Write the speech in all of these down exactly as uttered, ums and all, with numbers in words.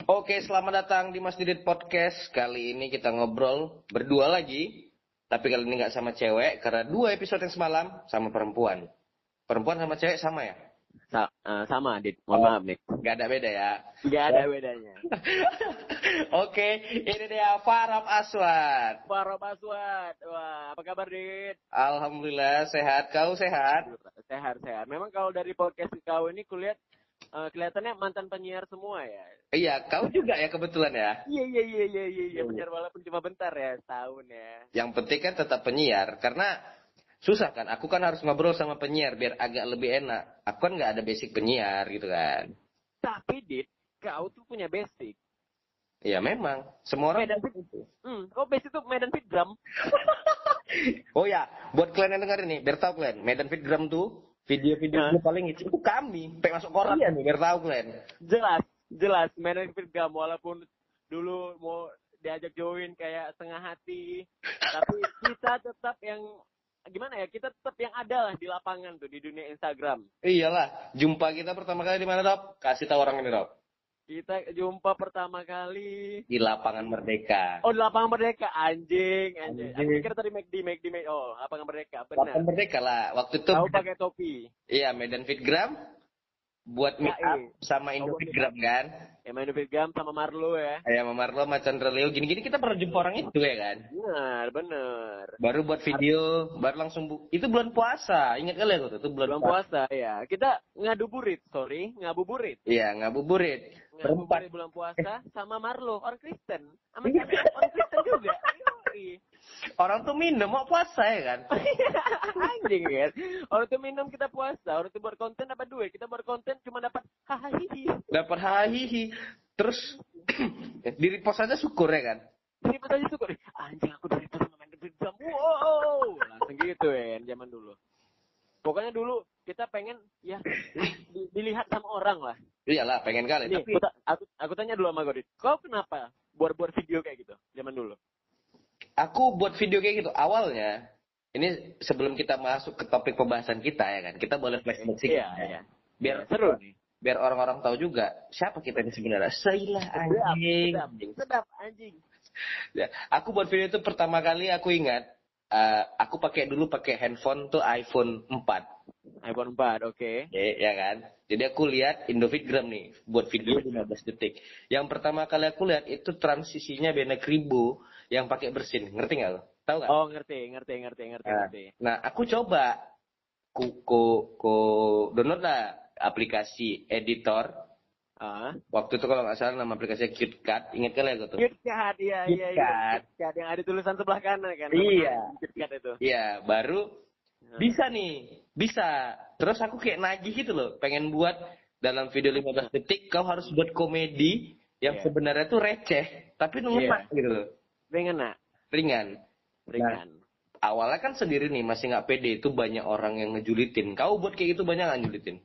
Oke, selamat datang di Mas Didit Podcast. Kali ini kita ngobrol berdua lagi. Tapi kali ini nggak sama cewek, karena dua episode yang semalam sama perempuan. Perempuan sama cewek sama ya? Sa- uh, sama, Dit. Mohon Oh, maaf nih. nggak ada beda ya? Gak ada bedanya. Oke, ini dia Farab Aswad. Para Baswad. Wah, apa kabar, Dit? Alhamdulillah sehat. Kau sehat? Sehat-sehat. Memang kalau dari podcast kau ini kulihat uh, kelihatannya mantan penyiar semua ya. Iya, kau juga ya kebetulan ya. Iya, iya, iya, iya, iya. iya. Penyiar walaupun cuma bentar ya, setahun ya. Yang penting kan tetap penyiar, karena susah kan. Aku kan harus ngobrol sama penyiar biar agak lebih enak. Aku kan nggak ada basic penyiar gitu kan. Tapi, Dit, kau tuh punya basic. Iya memang, semua orang Medan Fit. Hmm, kau basic tuh Medan Fit Drum. Oh ya, buat kalian yang dengar ini, biar tahu kalian, Medan Fitgram tuh video-video Nah. paling hits itu kami, sampai masuk koran ya nih, biar tahu kalian. Jelas, jelas. Medan Fit Drum, walaupun dulu mau diajak join kayak setengah hati, tapi kita tetap yang gimana ya, kita tetap yang ada lah di lapangan tuh, di dunia Instagram. Iyalah, jumpa kita pertama kali di mana, Rob? Kasih tahu orang ini, Rob. Kita jumpa pertama kali Di Lapangan Merdeka. oh di lapangan Merdeka. Anjing, anjing. Aku Anjing. pikir tadi McD, McD, McD. Oh, lapangan Merdeka, Lapangan benar. Merdeka lah. Waktu itu, Tahu pakai topi. iya Medan Fitgram buat meet Ya, up iya. sama Indo Oh, buat meet Fitgram kan. Ya main Gam sama Marlo ya. Kayak sama Marlo, sama Chandra Leo, gini-gini kita pernah jumpa orang itu ya kan. Benar, benar. Baru buat video, baru langsung bu- itu bulan puasa. Ingat kali aku tuh, itu bulan, Bulan puasa ya. Kita ngabuburit, sorry, ngabuburit. Iya, ngabuburit. Berempat. Ngabuburit bulan puasa sama Marlo, orang Kristen. Sama kita orang Kristen juga. Yoi. Orang tuh minum mau puasa ya kan. Anjing kan. Orang tuh minum kita puasa, orang tuh buat konten dapat duit, kita buat konten cuma dapat hahaha. Dapat hahihi. Terus di repost aja syukur ya kan. Jadi pas aja syukur, anjing aku dari pas main debit jam. Wow, langsung gitu ya zaman dulu. Pokoknya dulu kita pengen ya di- dilihat sama orang lah. Iyalah, pengen kali. Nih, Tapi aku, ta- aku, aku tanya dulu sama Godit, kau kenapa buat-buat video kayak gitu zaman dulu? aku buat video kayak gitu awalnya. Ini sebelum kita masuk ke topik pembahasan kita ya kan. Kita boleh flashback sedikit. Iya, iya. Biar Seru nih. biar orang-orang tahu juga siapa kita ini sebenarnya. Sailah anjing. Sedap, sedap anjing. Ya, aku buat video itu pertama kali aku ingat eh, aku pakai dulu pakai handphone tuh iPhone empat. iPhone empat, oke. Oke, ya kan. Jadi aku lihat Indofitgram nih buat video lima belas detik. Yang pertama kali aku lihat itu transisinya Bena Kribo yang pakai bersin. Ngerti nggak lo? Tahu nggak? Oh, ngerti, ngerti, ngerti, ngerti, Nah, ngerti. nah, aku coba ku, ku, ku download lah aplikasi editor. Ah. Waktu itu kalau nggak salah nama aplikasinya KitKat. Ingat kali aku tuh? KitKat, iya, iya, iya. KitKat. KitKat yang ada tulisan sebelah kanan kan. Iya. KitKat itu. Iya, baru Nah. bisa nih, bisa. Terus aku kayak nagih gitu loh, pengen buat dalam video lima belas detik kau harus buat komedi yang Iya. sebenarnya tuh receh, tapi ngena gitu loh, Ringan, nak. ringan. Ringan. Awalnya kan sendiri nih, masih nggak pede, itu banyak orang yang ngejulitin. Kau buat kayak gitu banyak nggak ngejulitin?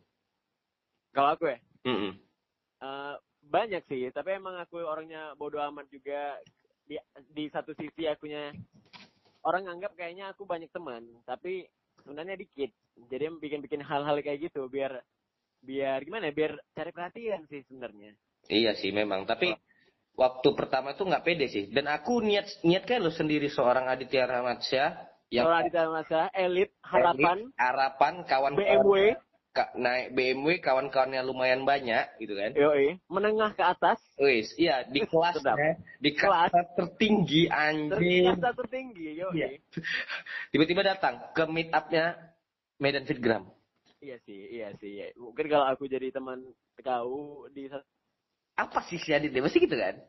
Kalau aku ya, Mm-mm. eh, banyak sih. Tapi emang aku orangnya bodo amat juga. Di, di satu sisi akunya, orang anggap kayaknya aku banyak teman. Tapi sebenarnya dikit. Jadi bikin-bikin hal-hal kayak gitu. Biar, biar gimana ya, biar cari perhatian sih sebenarnya. Iya sih memang, tapi waktu pertama tuh nggak pede sih. Dan aku niat niat kayak lo sendiri seorang Aditya Rahmatsyah yang Kalau di masa elit, harapan, elit, harapan kawan B M W, Ka- naik B M W kawan-kawannya lumayan banyak gitu kan. yoi, menengah ke atas, Wis, iya di kelasnya, Sedap. di kelas Kelas. tertinggi anjing. terkasta tertinggi, yoi. Iya. Tiba-tiba datang ke meet up-nya Medan Fitgram. Iya sih, iya sih. Iya. Mungkin kalau aku jadi teman kau di Apa sih si Adit? Pasti gitu kan?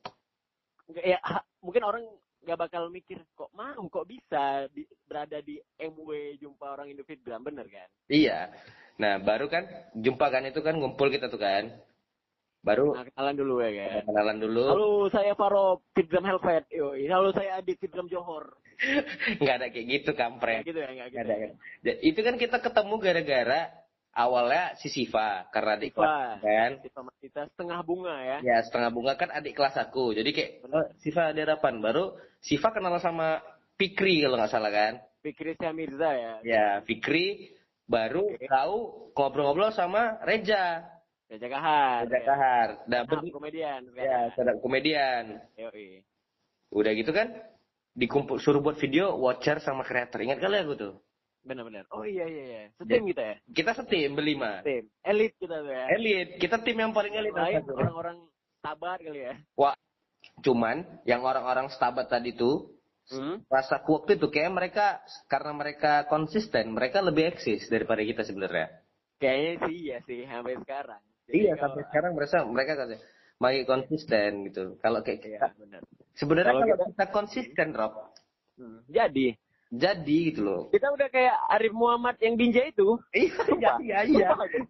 ya ha- mungkin orang nggak bakal mikir kok mau kok bisa di, berada di M W jumpa orang Indofitgram, bener kan? Iya. Nah, baru kan jumpa kan itu kan ngumpul kita tuh kan. Baru Nah, kenalan dulu ya kan. kenalan dulu. Halo, saya Faro Fitgram Helvet. Yoi. Halo, saya Adit Fitgram Johor. Nggak ada kayak gitu Kayak kampret. gitu ya, nggak gitu. Nggak ada Ya. kan. Dan itu kan kita ketemu gara-gara awalnya si Siva karena adik kelas Wah, kan. kita kita setengah bunga ya. Ya setengah bunga kan adik kelas aku. Jadi kayak oh, Siva ada harapan. Baru Siva kenal sama Fikri kalau nggak salah kan. Fikri Syah Mirza ya. Ya Fikri baru Oke. tahu ngobrol-ngobrol sama Reja. Reza Kahar. Reza Kahar. Nah, Stand up komedian. Ya, stand up komedian. Yoi. Udah gitu kan, dikumpul suruh buat video watcher sama creator. Ingat kali aku tuh. Benar-benar. Oh iya iya iya. Setim kita ya. Kita setim berlima. Tim. Elit kita tuh ya. Elit. Kita tim yang paling elit. Lain orang-orang tabat kali ya. Wah, cuman yang orang-orang stabat tadi tuh hmm? rasa waktu itu kayak mereka karena mereka konsisten, mereka lebih eksis daripada kita sebenarnya. Kayaknya sih iya sih sampai sekarang. Jadi iya kalau... sampai sekarang mereka mereka masih konsisten gitu. Kalau kayak kita, ya, benar. Sebenarnya kalau, kalau kita... kita konsisten, Rob, hmm. jadi jadi gitu loh. Kita udah kayak Arif Muhammad yang Binja itu. Iya iya iya.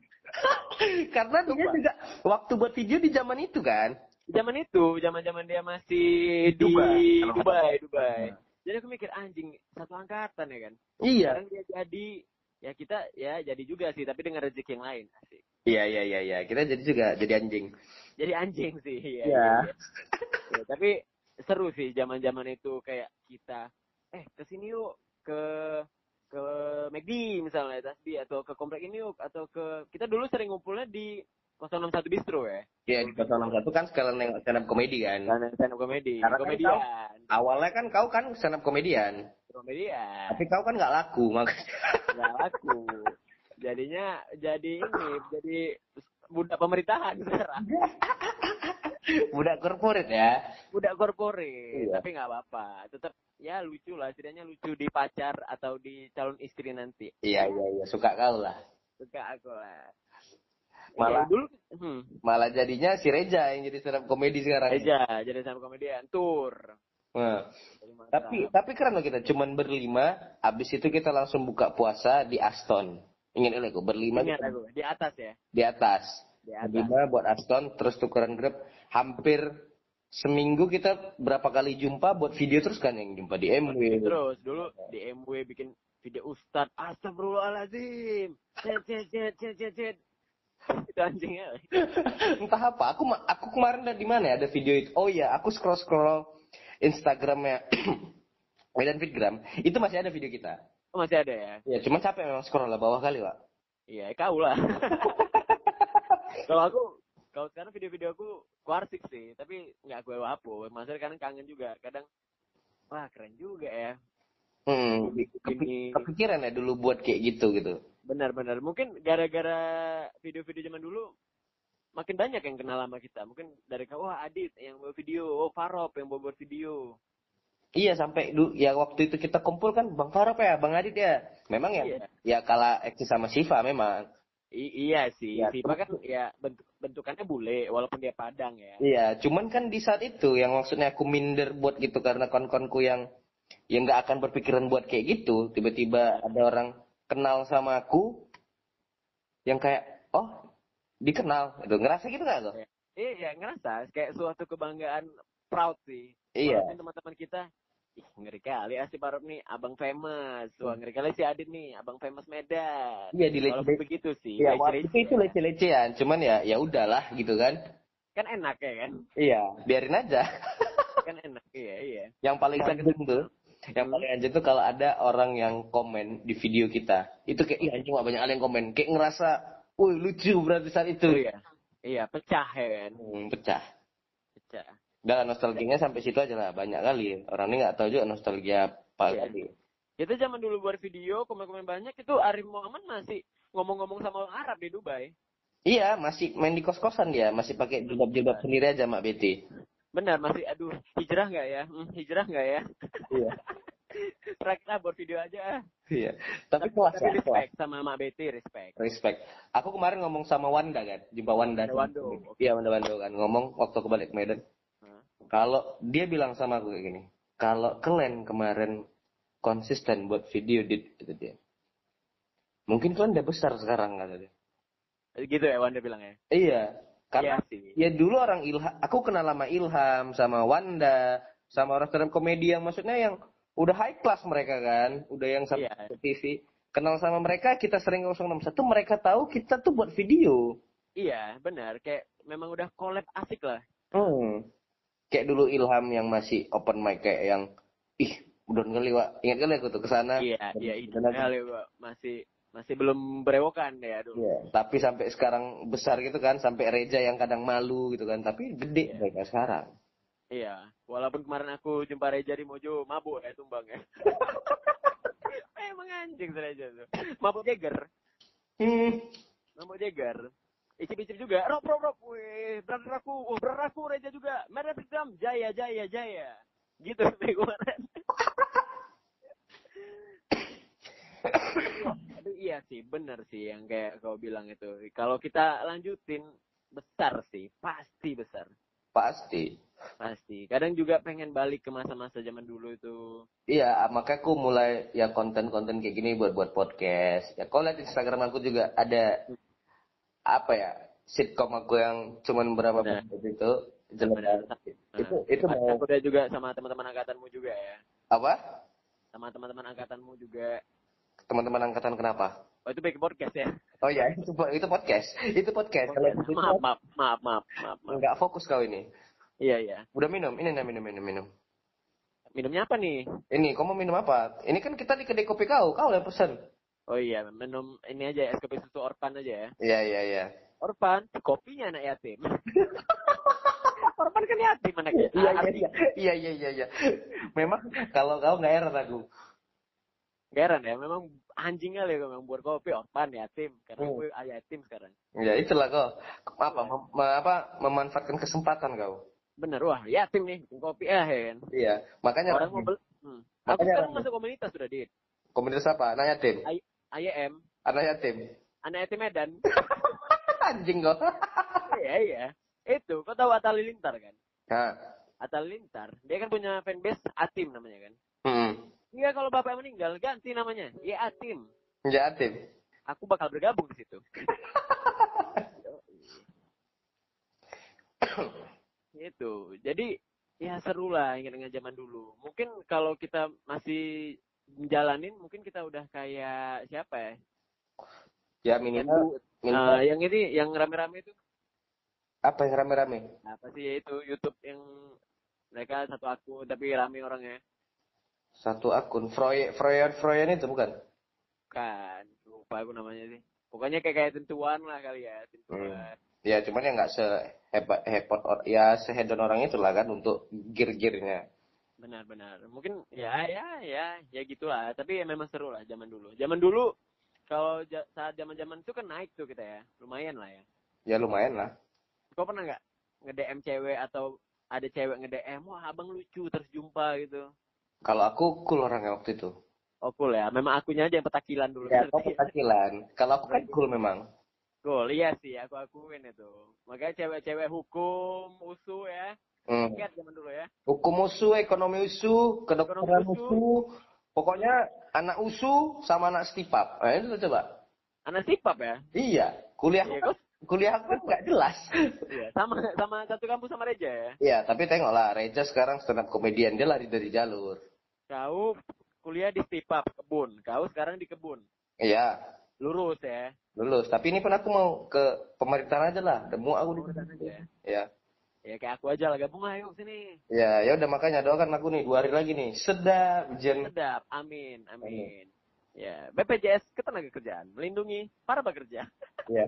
Karena dia juga waktu buat video di zaman itu kan. Zaman itu, zaman-zaman dia masih di Dubai, Dubai. Dubai. Hmm. Jadi aku mikir anjing satu angkatan ya kan. Iya. Sekarang dia jadi ya kita ya jadi juga sih tapi dengan rezeki yang lain. Asik. Iya iya iya iya. Kita jadi juga jadi anjing. Jadi anjing sih. Iya. Ya. Ya, ya, tapi seru sih zaman-zaman itu kayak kita eh kesini yuk ke ke McD misalnya tadi atau ke komplek ini yuk atau ke kita dulu sering ngumpulnya di nol enam satu Bistro ya. Iya di nol enam satu kan sekalian nengok stand up komedi kan. Stand up komedi. Karena komedian. Kan kau, awalnya kan kau kan stand up komedian. Komedian. Tapi kau kan nggak laku makanya. Nggak laku. Jadinya jadi ini jadi budak pemerintahan sekarang. Budak korporat ya. Budak korporat. Iya. Tapi nggak apa-apa. Tetap ya lucu lah. Setidaknya lucu di pacar atau di calon istri nanti. Iya iya iya. Suka kau lah. Suka aku lah. Malah ya, dulu hmm. malah jadinya si Reza yang jadi stand up komedi sekarang. Reza jadi stand up komedian tur. Nah, tapi tapi keren loh kita cuman berlima. Abis itu kita langsung buka puasa di Aston. Ingat aku berlima. Ingat aku di atas ya. Di atas. Di atas. Berlima buat Aston terus tukeran Grab. Hampir seminggu kita berapa kali jumpa buat video terus kan yang jumpa di M W. Terus dulu di M W bikin video Ustadz. Astagfirullahaladzim. Cet cet cet cet cet cet. Itu anjingnya. Entah apa. Aku aku kemarin ada di mana ya ada video itu. Oh iya, aku scroll scroll Instagramnya Medan Fitgram. Itu masih ada video kita. Oh, masih ada ya? Ya, cuma capek memang scroll lah bawah kali, Pak. Iya, kau lah. Kalau aku, kalau sekarang video-video aku kuarsik sih, tapi nggak gue hapus. Maksudnya kadang kangen juga. Kadang, wah keren juga ya. Hmm, Kepi- kepikiran ya dulu buat kayak gitu gitu. Benar-benar. Mungkin gara-gara video-video zaman dulu makin banyak yang kenal sama kita. Mungkin dari kau, wah Adit yang buat video, oh Farop yang buat video. Iya sampai dulu ya waktu itu kita kumpul kan Bang Farop ya, Bang Adit ya. Memang ya, iya. Ya kalah eksis sama Siva memang. I- iya sih, ya, Siva kan ya bentuk bentukannya bule walaupun dia Padang ya. Iya, cuman kan di saat itu yang maksudnya aku minder buat gitu karena kon-konku yang yang nggak akan berpikiran buat kayak gitu, tiba-tiba ada orang kenal sama aku yang kayak oh dikenal, itu ngerasa gitu nggak tuh? Iya, iya ngerasa kayak suatu kebanggaan, proud sih. Iya. Walaupun teman-teman kita, ih ngeri kali ah si Farop nih, abang famous. Wah ngeri kali si Adit nih, abang famous Medan. Iya di Walaupun begitu sih. Iya, itu itu lece-lecean, cuman ya ya udahlah gitu kan. Kan enak ya kan? Iya, biarin aja. Kan enak, iya iya. Yang paling sakit tuh, yang paling anjing tuh kalau ada orang yang komen di video kita, itu kayak ih anjing banyak yang komen, kayak ngerasa, wih lucu berarti saat itu. Oh, iya, iya pecah ya kan? Hmm, pecah. Pecah. Udah nostalgianya sampai situ aja lah, banyak kali. Orang ini nggak tahu juga nostalgia apa iya. kali. Kita zaman dulu buat video, komen-komen banyak itu Arif Muhammad masih ngomong-ngomong sama orang Arab di Dubai. Iya, masih main di kos-kosan dia, masih pakai jilbab-jilbab sendiri aja Mak Betty. Benar, masih aduh, hijrah nggak ya? Hmm, hijrah nggak ya? Iya. Terakhir buat video aja. Iya. Tapi kelas ya. kelas. Respect sama Mak Betty, respect. Respect. Aku kemarin ngomong sama Wanda kan, jumpa Wanda. Wando. Iya, Wanda Wando kan ngomong waktu aku balik ke Medan. Hmm. Kalau dia bilang sama aku kayak gini, kalau kalian kemarin konsisten buat video di itu dia. Mungkin kalian udah besar sekarang kata dia. Gitu ya Wanda bilang ya. Iya. Karena iya sih. Ya dulu orang Ilham, aku kenal sama Ilham, sama Wanda, sama orang stand komedi yang maksudnya yang udah high class mereka kan, udah yang sampai iya. T V. Kenal sama mereka, kita sering nol enam satu, mereka tahu kita tuh buat video. Iya, benar. Kayak memang udah collab asik lah. Hmm. Kayak dulu Ilham yang masih open mic kayak yang, ih, udah kali Wak, ingat kali aku tuh kesana. Iya, iya, itu kali Wak, masih Masih belum berewokan ya dulu. Iya. Tapi sampai sekarang besar gitu kan, sampai Reja yang kadang malu gitu kan, tapi gede Iya. mereka sekarang. Iya, walaupun kemarin aku jumpa Reja di Mojo, mabuk ya tumbang ya. Emang anjing si Reja tuh. Mabuk Jagger. Hmm. Mabuk Jagger. Icip-icip juga. Rob, rob, rob. Wih, brother aku. Oh, brother aku Reja juga. Merah Dam. Jaya, jaya, jaya. Gitu nih kemarin. Aduh iya sih, bener sih yang kayak kau bilang itu. Kalau kita lanjutin, besar sih. Pasti besar. Pasti. Pasti. Kadang juga pengen balik ke masa-masa zaman dulu itu. Iya, makanya aku mulai ya konten-konten kayak gini buat buat podcast. Ya, kau lihat Instagram aku juga ada apa ya sitkom aku yang cuman berapa Benar. menit itu jelek Benar. banget. Nah, Itu itu mau aku udah juga sama teman-teman angkatanmu juga ya. apa? Sama teman-teman angkatanmu juga. Teman-teman angkatan kenapa? Oh itu back podcast ya. Oh ya, itu itu podcast. Itu podcast. Kalau Podcast. itu Maaf, maaf, maaf, maaf, maaf, maaf. nggak fokus kau ini. Iya, iya. Udah minum? Ini nah minum minum minum. Minumnya apa nih? Ini, kau mau minum apa? Ini kan kita di kedai kopi kau, kau yang pesen. Oh iya, minum ini aja es kopi susu Orpan aja ya. Iya iya iya. Orpan, kopinya anak yatim. Orpan kan yatim anaknya. Iya iya iya iya iya iya. iya. Memang kalau kau nggak heran aku. Geran ya, memang anjing kali ya memang buat kopi Orpan yatim. Karena Hmm. gue hmm. yatim sekarang. Ya itulah kau. Apa mem, apa memanfaatkan kesempatan kau. Bener, wah yatim nih bikin kopi ah ya kan. Iya, makanya Orang mau beli. Hmm. Aku Makanya sekarang rame. masuk komunitas sudah Dit. Komunitas apa? Anak yatim. I- IM, Anak yatim. anak yatim Medan. Anjing kau. Iya iya. Itu, kau tahu Atta Halilintar kan? Nah. Atta Halilintar, dia kan punya fanbase Atim namanya kan. Hmm. Iya kalau bapak meninggal ganti namanya, ya Atim. Yatim. Aku bakal bergabung di situ. Itu. Jadi ya seru lah ingat-ingat zaman dulu. Mungkin kalau kita masih menjalanin, mungkin kita udah kayak siapa ya? Ya minimal, minimal Uh, yang ini, yang rame-rame itu. apa yang rame-rame? Apa sih ya itu YouTube yang mereka satu akun tapi rame orangnya. Satu akun. Froy, Froyan, Froyan itu bukan? Kan, lupa aku namanya sih. Pokoknya kayak kayak tentuan lah kali ya, tentuan. Hmm. Ya cuman ya nggak sehebat hebat ya sehedon orang itu lah kan untuk gear-gearnya. Benar-benar. Mungkin ya ya ya ya gitulah. Tapi ya memang seru lah zaman dulu. Zaman dulu kalau ja, saat zaman-zaman itu kan naik tuh kita ya, lumayan lah ya. Ya lumayan lah. Kau pernah nggak nge-D M cewek atau ada cewek nge-D M, wah abang lucu terus jumpa gitu? Kalau aku cool orangnya waktu itu. Oh cool ya, memang akunya aja yang petakilan dulu. Ya, aku petakilan. Kalau aku kan cool memang. Cool, iya sih, aku akuin itu. Makanya cewek-cewek hukum, usu ya. Hmm. Ingat zaman dulu ya. Hukum usu, ekonomi usu, kedokteran Ekonomi usu. usu. Pokoknya anak usu sama anak stipap. Nah itu coba. Anak sipap ya? Iya. Kuliah Iya, aku, kuliah aku kan nggak jelas. Iya, sama sama satu kampus sama Reja ya. Iya, tapi tengoklah Reja sekarang stand up komedian, dia lari dari jalur. Kau kuliah di Stipap, kebun. Kau sekarang di kebun. Iya. Lurus ya. Lulus. Tapi ini pun aku mau ke pemerintahan aja lah. Demu aku di Pemerintahan aja ya. Ya. Ya kayak aku aja lah, gabung lah yuk sini. Ya, ya udah makanya doakan aku nih dua hari lagi nih. Sedap, jen. Sedap, amin, amin. Ya, B P J S Ketenagakerjaan melindungi para pekerja. Ya.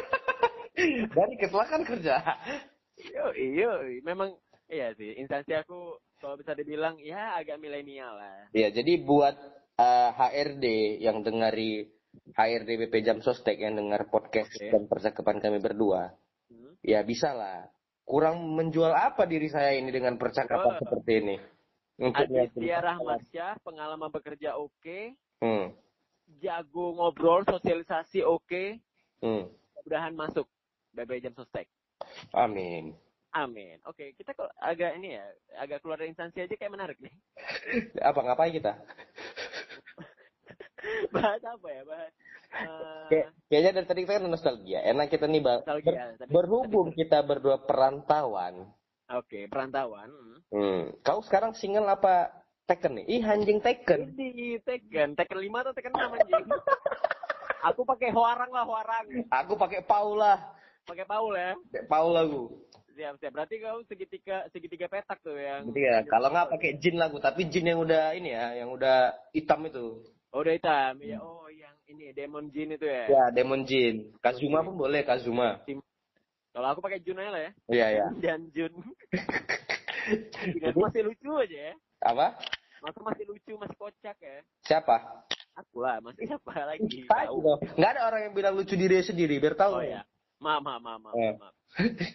Dari kecelakaan kerja. Yo, iyo, memang iya sih. Instansi aku kalau bisa dibilang ya agak milenial lah. Ya, jadi buat uh, H R D yang dengari H R D B P Jam Sostek yang dengar podcast Oke. dan percakapan kami berdua, Hmm. ya bisa lah. Kurang menjual apa diri saya ini dengan percakapan Oh. seperti ini? Untuk Aditya Rahmatsyah, pengalaman bekerja oke, Hmm. jago ngobrol, sosialisasi oke, Hmm. mudah-mudahan masuk B B Jam Sostek. Amin. Amin. Oke, kita kok agak ini ya, agak keluar dari instansi aja kayak menarik nih. Apa ngapain kita? Bahas apa ya? Bahas uh, Kayak, kayaknya dari tadi kita kan nostalgia. Enak kita nih bang. Nostalgia, tadi- berhubung kita berdua perantauan. Oke, perantauan. Hmm. Kau sekarang single apa Tekken nih? Ih anjing Tekken. Ini Tekken, Tekken lima atau Tekken enam anjing? Aku pakai Hoarang lah, Hoarang. Aku pakai Paula. Pakai Paul ya. Pakai Paula aku. Siap, siap. Berarti kau segitiga segitiga petak tuh yang. Jadi ya, kalau nggak pakai jin lagu, tapi jin yang udah ini ya, yang udah hitam itu. Oh, udah hitam. Ya, oh yang ini ini Demon Jin itu ya. Ya, Demon Jin. Kazuma pun boleh, Kazuma. Kalau aku pakai Jun aja lah ya. Iya, iya. Dan Jun. Jadi masih lucu aja ya. Apa? Masa masih lucu, masih kocak ya. Siapa? Aku lah, masih siapa lagi? Tahu. Nggak ada orang yang bilang lucu diri sendiri, biar tahu. Oh ya. Maaf, maaf, maaf, maaf. Eh. maaf.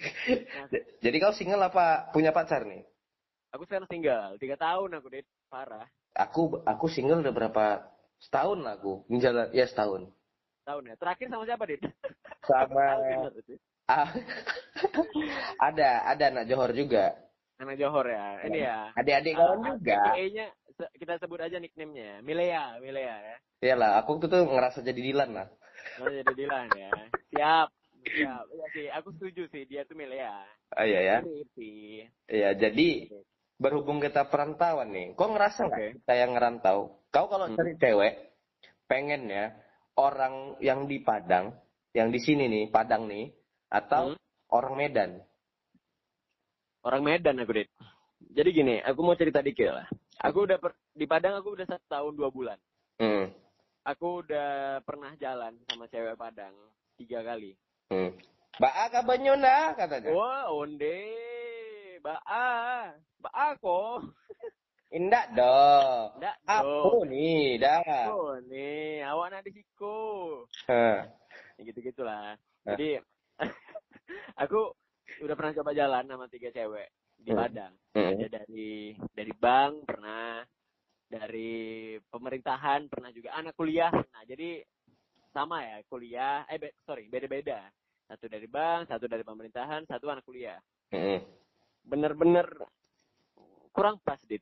Jadi kau single apa punya pacar nih? Aku sekarang tinggal, tiga tahun aku, Dit. Parah. Aku aku single udah berapa setahun lah aku. Menjalan ya setahun. Tahun ya. Terakhir sama siapa, Dit? Sama ah, ada ada anak Johor juga. Anak Johor ya. Ini ya. Adik-adik kawan Uh, juga. A K A-nya kita sebut aja nickname-nya. Milea, Milea ya. Iyalah, aku tuh, tuh ngerasa jadi Dilan lah. Oh, jadi Dilan ya. Siap. Siap. Iya sih, aku setuju sih dia tuh Milea. Oh iya ya. Sih. Iya, jadi berhubung kita perantauan nih, kok ngerasa nggak Okay. kita yang ngerantau? Kau kalau Hmm. cari cewek, pengen ya orang yang di Padang, yang di sini nih, Padang nih, atau Hmm. orang Medan? Orang Medan aku, Dit. Jadi gini, aku mau cerita dikit lah. Aku udah per, di Padang aku udah satu tahun dua bulan. Hmm. Aku udah pernah jalan sama cewek Padang tiga kali. Hmm. Ba kabarnya ndak katanya. Wah, onde, baa, baa kok. Indak dong. Ndak Aku dong. nih, dah. Oh nih, awak nanti siko. Hah. Ya gitu-gitulah. Hah. Jadi aku udah pernah coba jalan sama tiga cewek di Hmm. Padang. Hmm. Ada dari dari bank pernah, dari pemerintahan pernah juga, anak kuliah. Nah, jadi sama ya, kuliah, eh be, sorry, beda-beda. Satu dari bank, satu dari pemerintahan, satu anak kuliah. Hmm. Bener-bener kurang pas, Dit.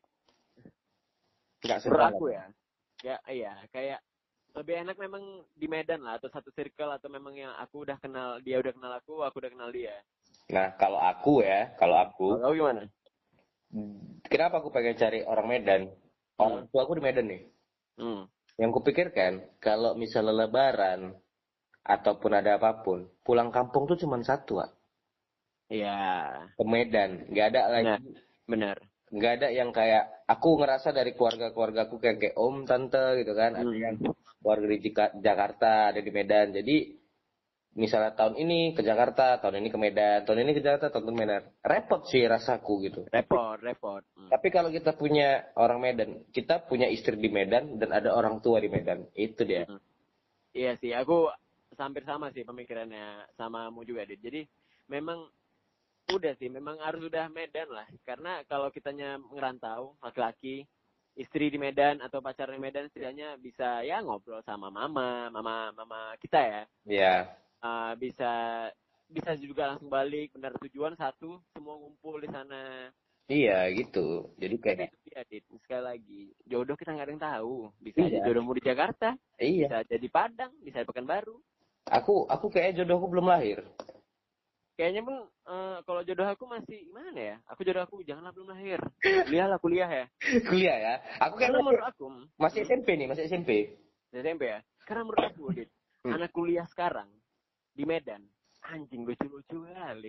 Enggak Menurut sebenarnya. aku ya. Ya, iya, kayak lebih enak memang di Medan lah, atau satu circle, atau memang yang aku udah kenal, dia udah kenal aku, aku udah kenal dia. Nah, kalau aku ya, kalau aku, Kalau gimana? kenapa aku pengen cari orang Medan? Orang tua aku di Medan nih. Hmm. Yang kupikirkan, kalau misalnya lebaran, ataupun ada apapun, pulang kampung tuh cuma satu, Wak. Iya. Ke Medan. Nggak ada lagi. Benar. Benar. Nggak ada yang kayak, aku ngerasa dari keluarga-keluarga aku kayak, kayak om, tante gitu kan. Ada Hmm. yang keluarga di Jika- Jakarta, ada di Medan. Jadi, misalnya tahun ini ke Jakarta, tahun ini ke Medan, tahun ini ke Jakarta, tahun ini ke Medan. Repot sih rasaku gitu. Repot, repot. Hmm. Tapi kalau kita punya orang Medan, kita punya istri di Medan dan ada orang tua di Medan. Itu dia. Hmm. Iya sih, aku hampir sama sih pemikirannya sama mu juga, Dit. Jadi memang udah sih, memang harus udah Medan lah. Karena kalau kitanya ngerantau, laki-laki, istri di Medan atau pacar di Medan, setidaknya bisa ya ngobrol sama mama, mama, mama kita ya. Ya. Uh, bisa bisa juga langsung balik, benar tujuan satu, semua ngumpul di sana. Iya gitu. Jadi kayak Jadi itu dia, Dit. Sekali lagi, jodoh kita nggak ada yang tahu. Bisa Iya. aja jodohmu di Jakarta, iya. bisa jadi Padang, bisa di Pekanbaru. Aku aku kayak jodohku belum lahir. Kayaknya pun uh, kalau jodoh aku masih gimana ya? Aku jodoh aku janganlah belum lahir. Kuliah lah kuliah ya. Kuliah ya. Aku kayak Karena masih, menurut aku masih S M P nih, masih S M P. S M P ya. Karena menurut aku, Dit, Hmm. anak kuliah sekarang di Medan, anjing lucu-lucu kali.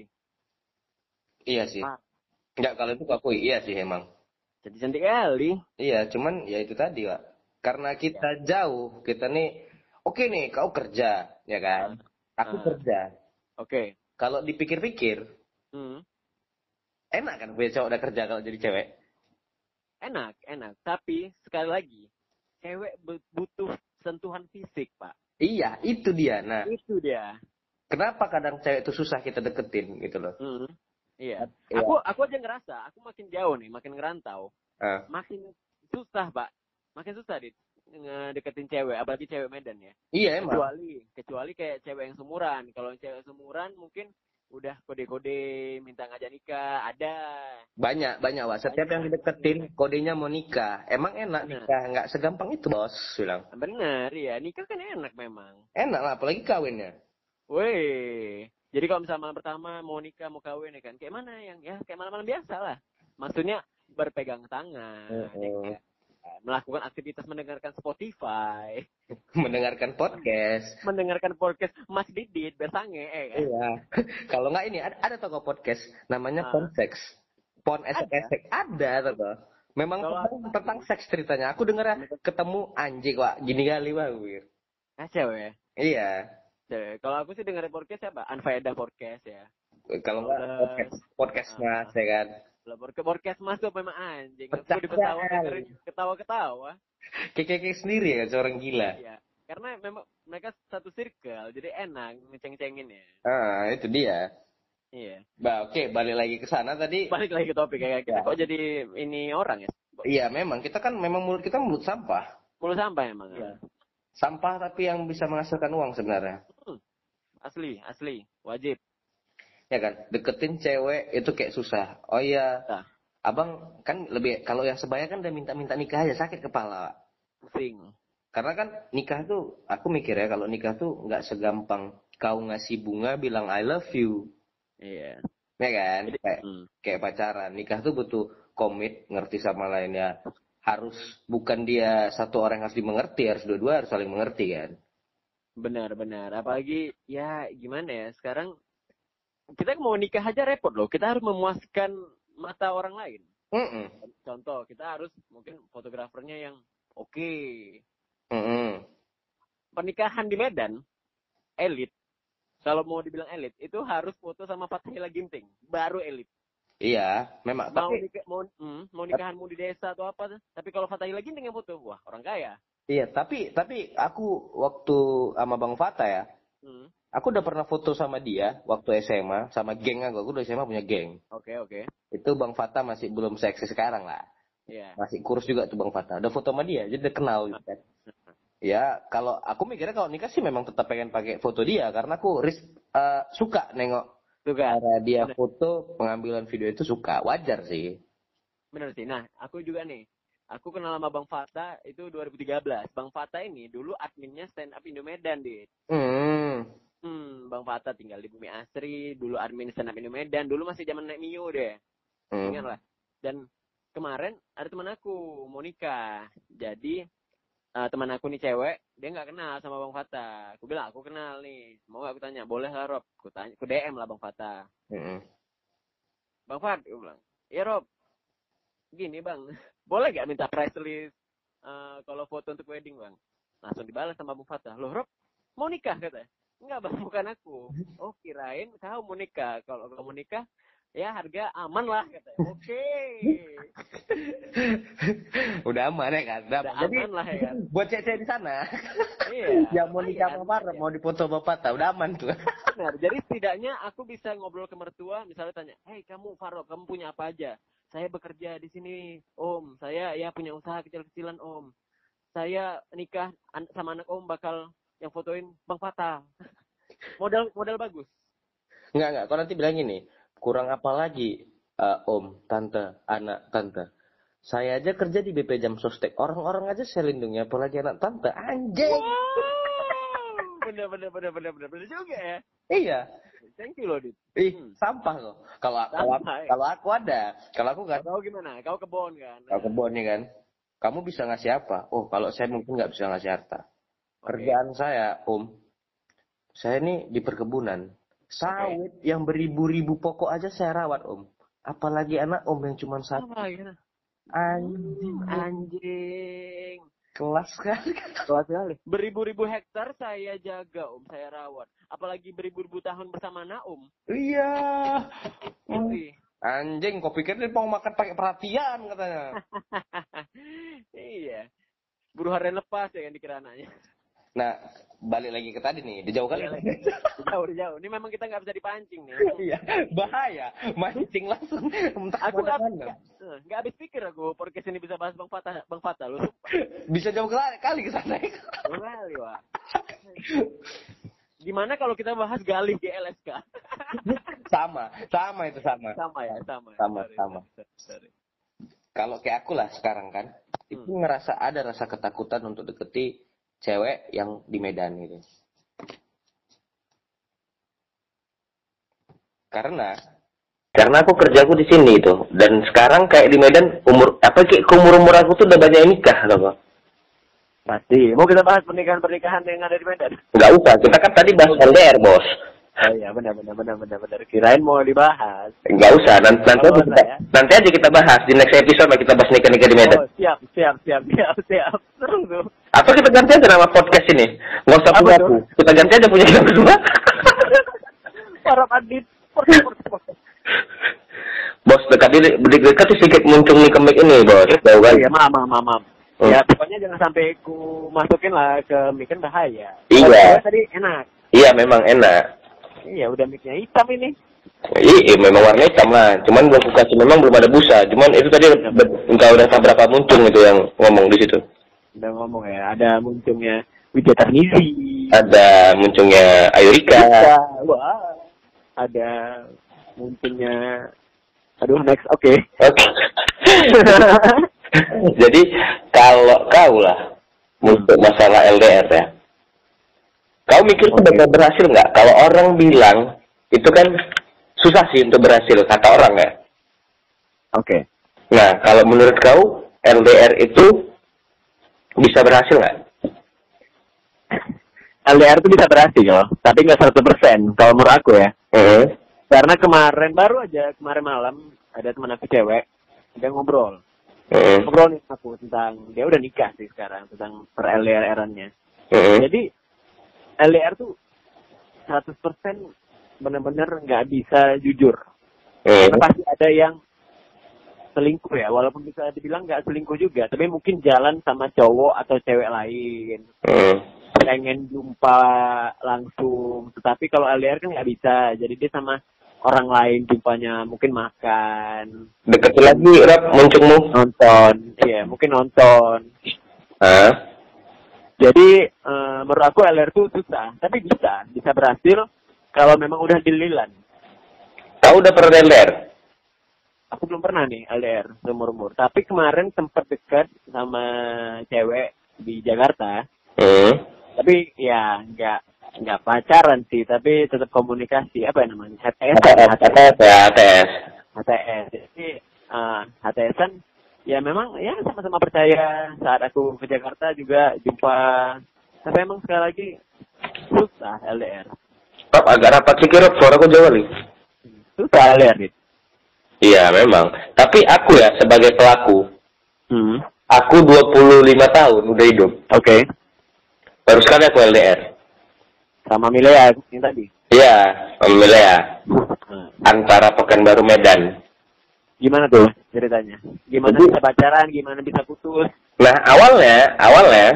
Iya sih. Ah. Enggak, kalau itu aku iya sih emang. Cantik-cantik kali. Iya, cuman ya itu tadi, Pak. Karena kita jauh, kita nih oke nih, kau kerja, ya kan? Aku Ah. kerja. Oke. Kalau dipikir-pikir, Hmm. enak kan punya cowok udah kerja kalau jadi cewek? Enak, enak. Tapi sekali lagi, cewek butuh sentuhan fisik, Pak. Iya, itu dia. Nah, Itu dia. kenapa kadang cewek itu susah kita deketin gitu loh? Hmm. Iya. Iya. Aku aku aja ngerasa, aku makin jauh nih, makin ngerantau, Ah. makin susah, Pak. Makin susah dit ngedeketin cewek, apalagi cewek Medan ya. Iya emang. Kecuali kecuali kayak cewek yang seumuran. Kalau cewek seumuran mungkin udah kode-kode minta ngajak nikah, ada. Banyak, banyak, Wak. Setiap Banyak. yang dideketin, kodenya mau nikah. Emang enak Benar. nikah? Nggak segampang itu, Bos. Bilang. Bener ya, nikah kan enak memang. Enak lah, apalagi kawinnya. Weh, jadi kalau misalnya malam pertama mau nikah, mau kawin ya kan, kayak mana yang ya kayak malam-malam biasa lah. Maksudnya berpegang tangan, Uh-uh. ya kayak, melakukan aktivitas mendengarkan Spotify, Mendengarkan podcast. mendengarkan podcast Mas Didit bersange, eh kan? Iya. Kalau nggak ini, ada, ada toko podcast. Namanya Ah. Ponsex. Pon esek-esek. Ada, toko. Memang Kalau tentang, tentang seks ceritanya. Aku denger ketemu anjing, Wak. Gini kali, Wak. Kacau ya. Iya. Cewek. Kalau aku sih dengerin podcast siapa? Anfaedah podcast ya. Kalau nggak podcast, podcast uh, mas, ya kan. Kalau podcast podcast mas tuh memang anjing. Pecah Aku di pesawat dengerin ketawa-ketawa. Kekek sendiri ya, seorang gila. Iya. Karena memang mereka satu circle, jadi enak ngeceng-cengin ya. Ah, itu dia. Iya. Bah, oke, okay, balik lagi ke sana tadi. Balik lagi ke topik kayak kita ya. Kok jadi ini orang ya? Iya, memang kita kan memang mulut kita mulut sampah. Mulut sampah emang. Iya. Sampah tapi yang bisa menghasilkan uang sebenarnya. Hmm. Asli, asli, wajib. Ya kan, deketin cewek itu kayak susah. Oh iya, nah. Abang kan lebih kalau yang sebaya kan udah minta-minta nikah aja sakit kepala. Pusing. Karena kan nikah tuh, aku mikir ya kalau nikah tuh nggak segampang kau ngasih bunga bilang I love you. Iya. Ya kan, Jadi, kayak hmm. kayak pacaran. Nikah tuh butuh komit, ngerti sama lainnya. Harus bukan dia satu orang yang harus dimengerti, harus dua-dua harus saling mengerti kan. Benar-benar. Apalagi ya gimana ya sekarang kita mau nikah aja repot loh. Kita harus memuaskan mata orang lain. Mm-mm. Contoh kita harus mungkin fotografernya yang oke. Okay. Mm-mm. Pernikahan di Medan elit. Kalau mau dibilang elit itu harus foto sama Fathahila Ginting baru elit. Iya, memang. Mau tapi nikah, mau, hmm, mau nikahanmu di desa atau apa? Tapi kalau Fathahila Ginting yang foto, wah orang kaya. Iya, tapi tapi aku waktu sama Bang Fata ya, hmm. aku udah pernah foto sama dia waktu S M A sama geng aku. Aku udah S M A punya geng. Oke okay, oke. Okay. Itu Bang Fata masih belum seksi sekarang lah. Iya. Yeah. Masih kurus juga tuh Bang Fata. Udah foto sama dia, jadi udah kenal gitu kan. Ya, kalau aku mikirnya kalau nikah sih memang tetap pengen pakai foto dia karena aku ris, uh, suka nengok cara dia bener. Foto pengambilan video itu suka, wajar sih. Bener sih. Nah, aku juga nih, aku kenal sama Bang Fata itu dua ribu tiga belas. Bang Fata ini dulu adminnya Stand Up Indo Medan, Dit. Hmm. Hmm, Bang Fata tinggal di Bumi Asri, dulu admin Stand Up Indo Medan, dulu masih zaman naik Mio deh. Hmm. Ingat lah. Dan kemarin ada teman aku mau nikah, jadi Uh, teman aku nih cewek, dia nggak kenal sama Bang Fata. Aku bilang, aku kenal nih. Mau nggak aku tanya? Boleh lah, Rob. Aku tanya, aku D M lah Bang Fata. Mm-hmm. Bang Fat, aku bilang, iya Rob. Gini Bang, boleh nggak minta price list uh, kalau foto untuk wedding Bang? Langsung dibalas sama Bang Fata. Loh Rob, mau nikah katanya? Enggak Bang, bukan aku. Oh kirain kau mau nikah. Kalau kamu mau nikah, ya harga aman lah katanya. Oke. Okay. Udah aman ya kan? Udah, Udah jadi, aman lah ya kan? Buat cewek di sana. Iya. Yang mau nikah sama Bapak, mau dipoto Bapak, tahu udah aman tuh. Benar. Jadi setidaknya aku bisa ngobrol ke mertua, misalnya tanya, "Hei kamu Faro, kamu punya apa aja?" "Saya bekerja di sini, Om. Saya ya punya usaha kecil-kecilan, Om. Saya nikah sama anak Om bakal yang fotoin Bang Fata." Modal modal bagus. Enggak, enggak. Kau nanti bilang gini, kurang apa lagi uh, Om, Tante, anak Tante. Saya aja kerja di B P Jam Sostek. Orang-orang aja saya lindungi, apalagi anak Tante. Anjing. Wow. Bener, bener, bener, bener, bener, bener juga ya. Iya. Thank you loh, Dit. Ih, hmm. sampah loh. Kalau kalau, ya? kalau aku ada, kalau aku nggak. Tahu gimana? Kau kebon kan? Kau kebon nih kan. Kamu bisa ngasih apa? Oh, kalau saya mungkin nggak bisa ngasih harta. Okay. Kerjaan saya, Om. Saya ini di perkebunan. Sawit okay. yang beribu-ribu pokok aja saya rawat, Om. Apalagi anak Om yang cuma satu. Apa gimana? Anjing. Anjing. Kelas kan? Kelas sekali. Beribu-ribu hektar saya jaga, Om. Saya rawat. Apalagi beribu-ribu tahun bersama anak Om. Iya. Ini. Anjing, kau pikir dia mau makan pakai perhatian katanya. Iya. Buru harian lepas ya kan dikira anaknya. Nah, balik lagi ke tadi nih, dijauhkan lagi. Jauh, jauh. Ini memang kita nggak bisa dipancing nih. Iya, bahaya. Mancing langsung. Aku nggak nggak habis pikir aku podcast ini bisa bahas Bang Fata, Bang Fata lu. Bisa jauh kali ke sana. Jauh kali, Wak. Gimana kalau kita bahas Galih G L S K? Sama, sama itu sama. Sama ya, sama. Sama, sorry, sama. Sorry. Kalau kayak aku lah sekarang kan, hmm. itu ngerasa ada rasa ketakutan untuk deketi cewek yang di Medan gitu. Karena karena aku kerjaku di sini itu, dan sekarang kayak di Medan umur apa kayak umur umur aku tuh udah banyak yang nikah loh. Pasti. Mau kita bahas pernikahan-pernikahan yang ada di Medan? Enggak usah, kita kan tadi bahas L D R, Bos. Oh iya, benar benar benar benar benar. Kirain mau dibahas. Enggak usah, nanti nanti, Oh, aja kita, ya. nanti aja kita bahas di next episode lah, kita bahas nikah-nikah di Medan. Oh, siap, siap, siap, siap, siap. Seru tuh. Atau kita ganti aja nama podcast ini. Nggak usah Apa punya tuh? aku. Kita ganti aja punya kita berdua. Para pandit. Bos, dekat di dekat tuh sedikit muncung nih kemik ini, bos. Tahu kan? Iya, maaf, maaf, maaf, maaf. Hmm. Ya, pokoknya jangan sampai ku masukin lah ke mic, kan bahaya. Iya. Kalau tadi enak. Iya, memang enak. Iya, udah mic-nya hitam ini. Iya, memang warna hitam lah. Cuman belum kasih, memang belum ada busa. Cuman itu tadi engkau udah tak berapa muncung itu yang ngomong di situ. Udah ngomong ya, ada muncungnya Widya Tarmizi. Ada muncungnya Ayurika. Iya, wah. Ada muncungnya. Aduh, next, oke. Okay. Oke. Jadi kalau kau lah untuk masalah L D R ya, kau mikir tuh bakal berhasil nggak? Kalau orang bilang itu kan susah sih untuk berhasil, kata orang ya. Oke. Okay. Nah, kalau menurut kau L D R itu bisa berhasil nggak? L D R itu bisa berhasil, tapi nggak seratus persen kalau menurut aku ya. Uh-huh. Karena kemarin, baru aja kemarin malam, ada teman aku cewek, dia ngobrol. Uh-huh. Ngobrol nih aku tentang, dia udah nikah sih sekarang, tentang per L D R-erannya. Uh-huh. Jadi, L D R tuh seratus persen benar-benar nggak bisa jujur. Uh-huh. Karena pasti ada yang selingkuh ya, walaupun bisa dibilang nggak selingkuh juga, tapi mungkin jalan sama cowok atau cewek lain. Uh-huh. Pengen jumpa langsung, tetapi kalau L D R kan nggak bisa, jadi dia sama orang lain jumpanya, mungkin makan, Deketin lagi, Rap, muncungmu. nonton, iya mungkin nonton. Hah? Jadi uh, menurut aku L D R itu susah, tapi bisa, bisa berhasil kalau memang udah dililan. Kau udah pernah L D R? Aku belum pernah nih L D R seumur-umur, tapi kemarin sempat dekat sama cewek di Jakarta. Hmm. Tapi ya nggak nggak pacaran sih, tapi tetap komunikasi. Apa ya namanya? H T S. H T S, H T S ya, H T S. H T S. Jadi uh, H T S-an ya memang ya sama-sama percaya. Saat aku ke Jakarta juga jumpa. Tapi emang sekali lagi susah L D R. Rap, agak rapat sedikit, Rap. Suara aku jauh nih. Susah L D R, gitu. Iya, memang. Tapi aku ya, sebagai pelaku, Hmm. aku dua puluh lima tahun udah hidup. Oke. Okay. Baru sekali aku L D R. Sama Milea yang tadi. Iya, sama Milea. Hmm. Antara Pekanbaru Medan. Gimana tuh ceritanya? Gimana Jadi, bisa pacaran? Gimana bisa putus? Nah, awalnya, awalnya,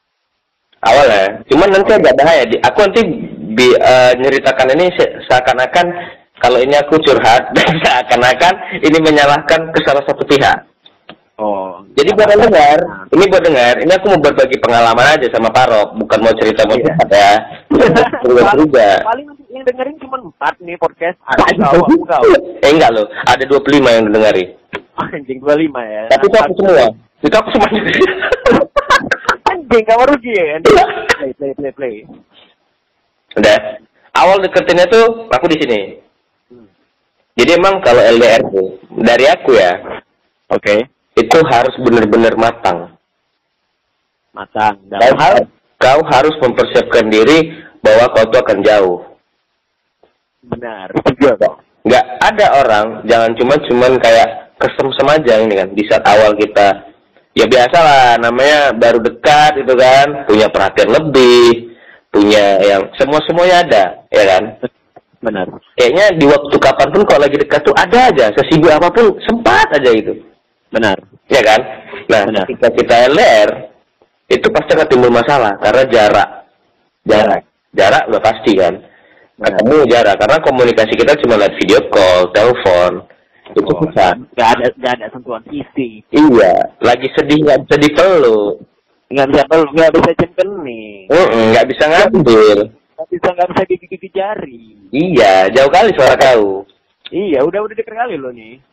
awalnya, cuman nanti agak bahaya. Di, aku nanti bi, uh, nyeritakan ini se seakan-akan kalau ini aku curhat dan seakan-akan ini menyalahkan ke salah satu pihak. Oh. Jadi buat dengar, ini buat dengar, ini aku mau berbagi pengalaman aja sama Parok, bukan mau cerita mau curhat ya. Juga. Paling yang dengerin cuma empat nih podcast. Ada aku kau. Eh enggak loh, ada dua puluh lima yang dengari. Anjing dua puluh lima ya. Tapi itu aku semua. Itu aku semua. Anjing kamu rugi ya. Play play play play. Udah. Awal deketinnya tuh aku di sini. Jadi emang kalau L D R tuh dari aku ya. Oke. Okay. Itu harus benar-benar matang. Matang. Kau harus, kau harus mempersiapkan diri bahwa kau tuh akan jauh. Benar. Juga kok. Nggak ada orang, jangan cuma-cuman kayak kesem-sem aja ini kan. Di saat awal kita, ya biasa lah, namanya baru dekat gitu kan, punya perhatian lebih, punya yang semua-semuanya ada, ya kan? Benar. Kayaknya di waktu kapanpun kalau lagi dekat tuh ada aja, sesibuk apapun sempat aja gitu. Benar. Ya kan? Nah, benar. Ketika kita L D R, itu pasti akan timbul masalah karena jarak. Jarak. Jarak udah pasti kan. Ketemu jarak karena komunikasi kita cuma lewat video call, telepon. Oh, itu susah. Gak ada gak ada sentuhan fisik. Iya, lagi sedih nggak bisa dipeluk. Nggak bisa peluk, nggak bisa cempening. Heeh, nggak bisa ngambil. Nggak bisa nggak bisa gigi-gigi jari. Iya, jauh kali suara kau. Iya, udah udah deket kali lo nih.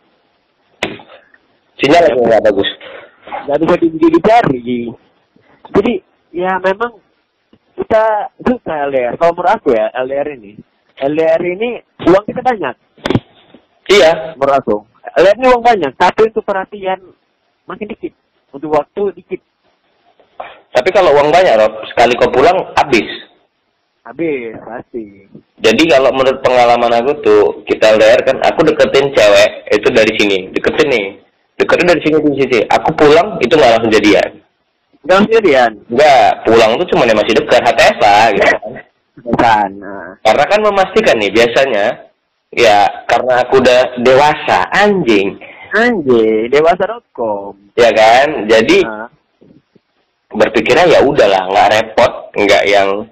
Sinyal lagi nggak bagus. Nggak bisa gigi-gigi jari. Jadi ya memang kita susah L D R. Kalau menurut aku ya L D R ini, L D R ini uang kita banyak. Iya. Menurut aku, L D R ini uang banyak, tapi untuk perhatian makin dikit, untuk waktu dikit. Tapi kalau uang banyak, Rob, sekali kau pulang habis. Habis, pasti. Jadi kalau menurut pengalaman aku tuh, kita L D R kan, aku deketin cewek, itu dari sini. Deketin nih. Deketin dari sini, dari sini. Aku pulang, itu nggak langsung jadian. Nggak langsung jadian? Nggak, pulang tuh cuma masih dekat, H T S lah, gitu kan. Bukan. Nah. Karena kan memastikan nih, biasanya, ya karena aku udah dewasa, anjing. Anjing, dewasa dot com. Ya kan, jadi Nah. berpikirnya ya udahlah, nggak repot, nggak yang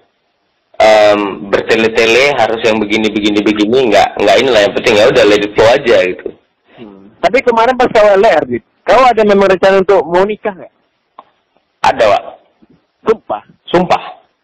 Um, bertele-tele harus yang begini begini begini nggak nggak inilah, yang penting ya udah let it flow aja gitu. Hmm. Tapi kemarin pas kau L D R, Dit, kau ada memang rencana untuk mau nikah nggak? Ada, Wak. Sumpah. Sumpah.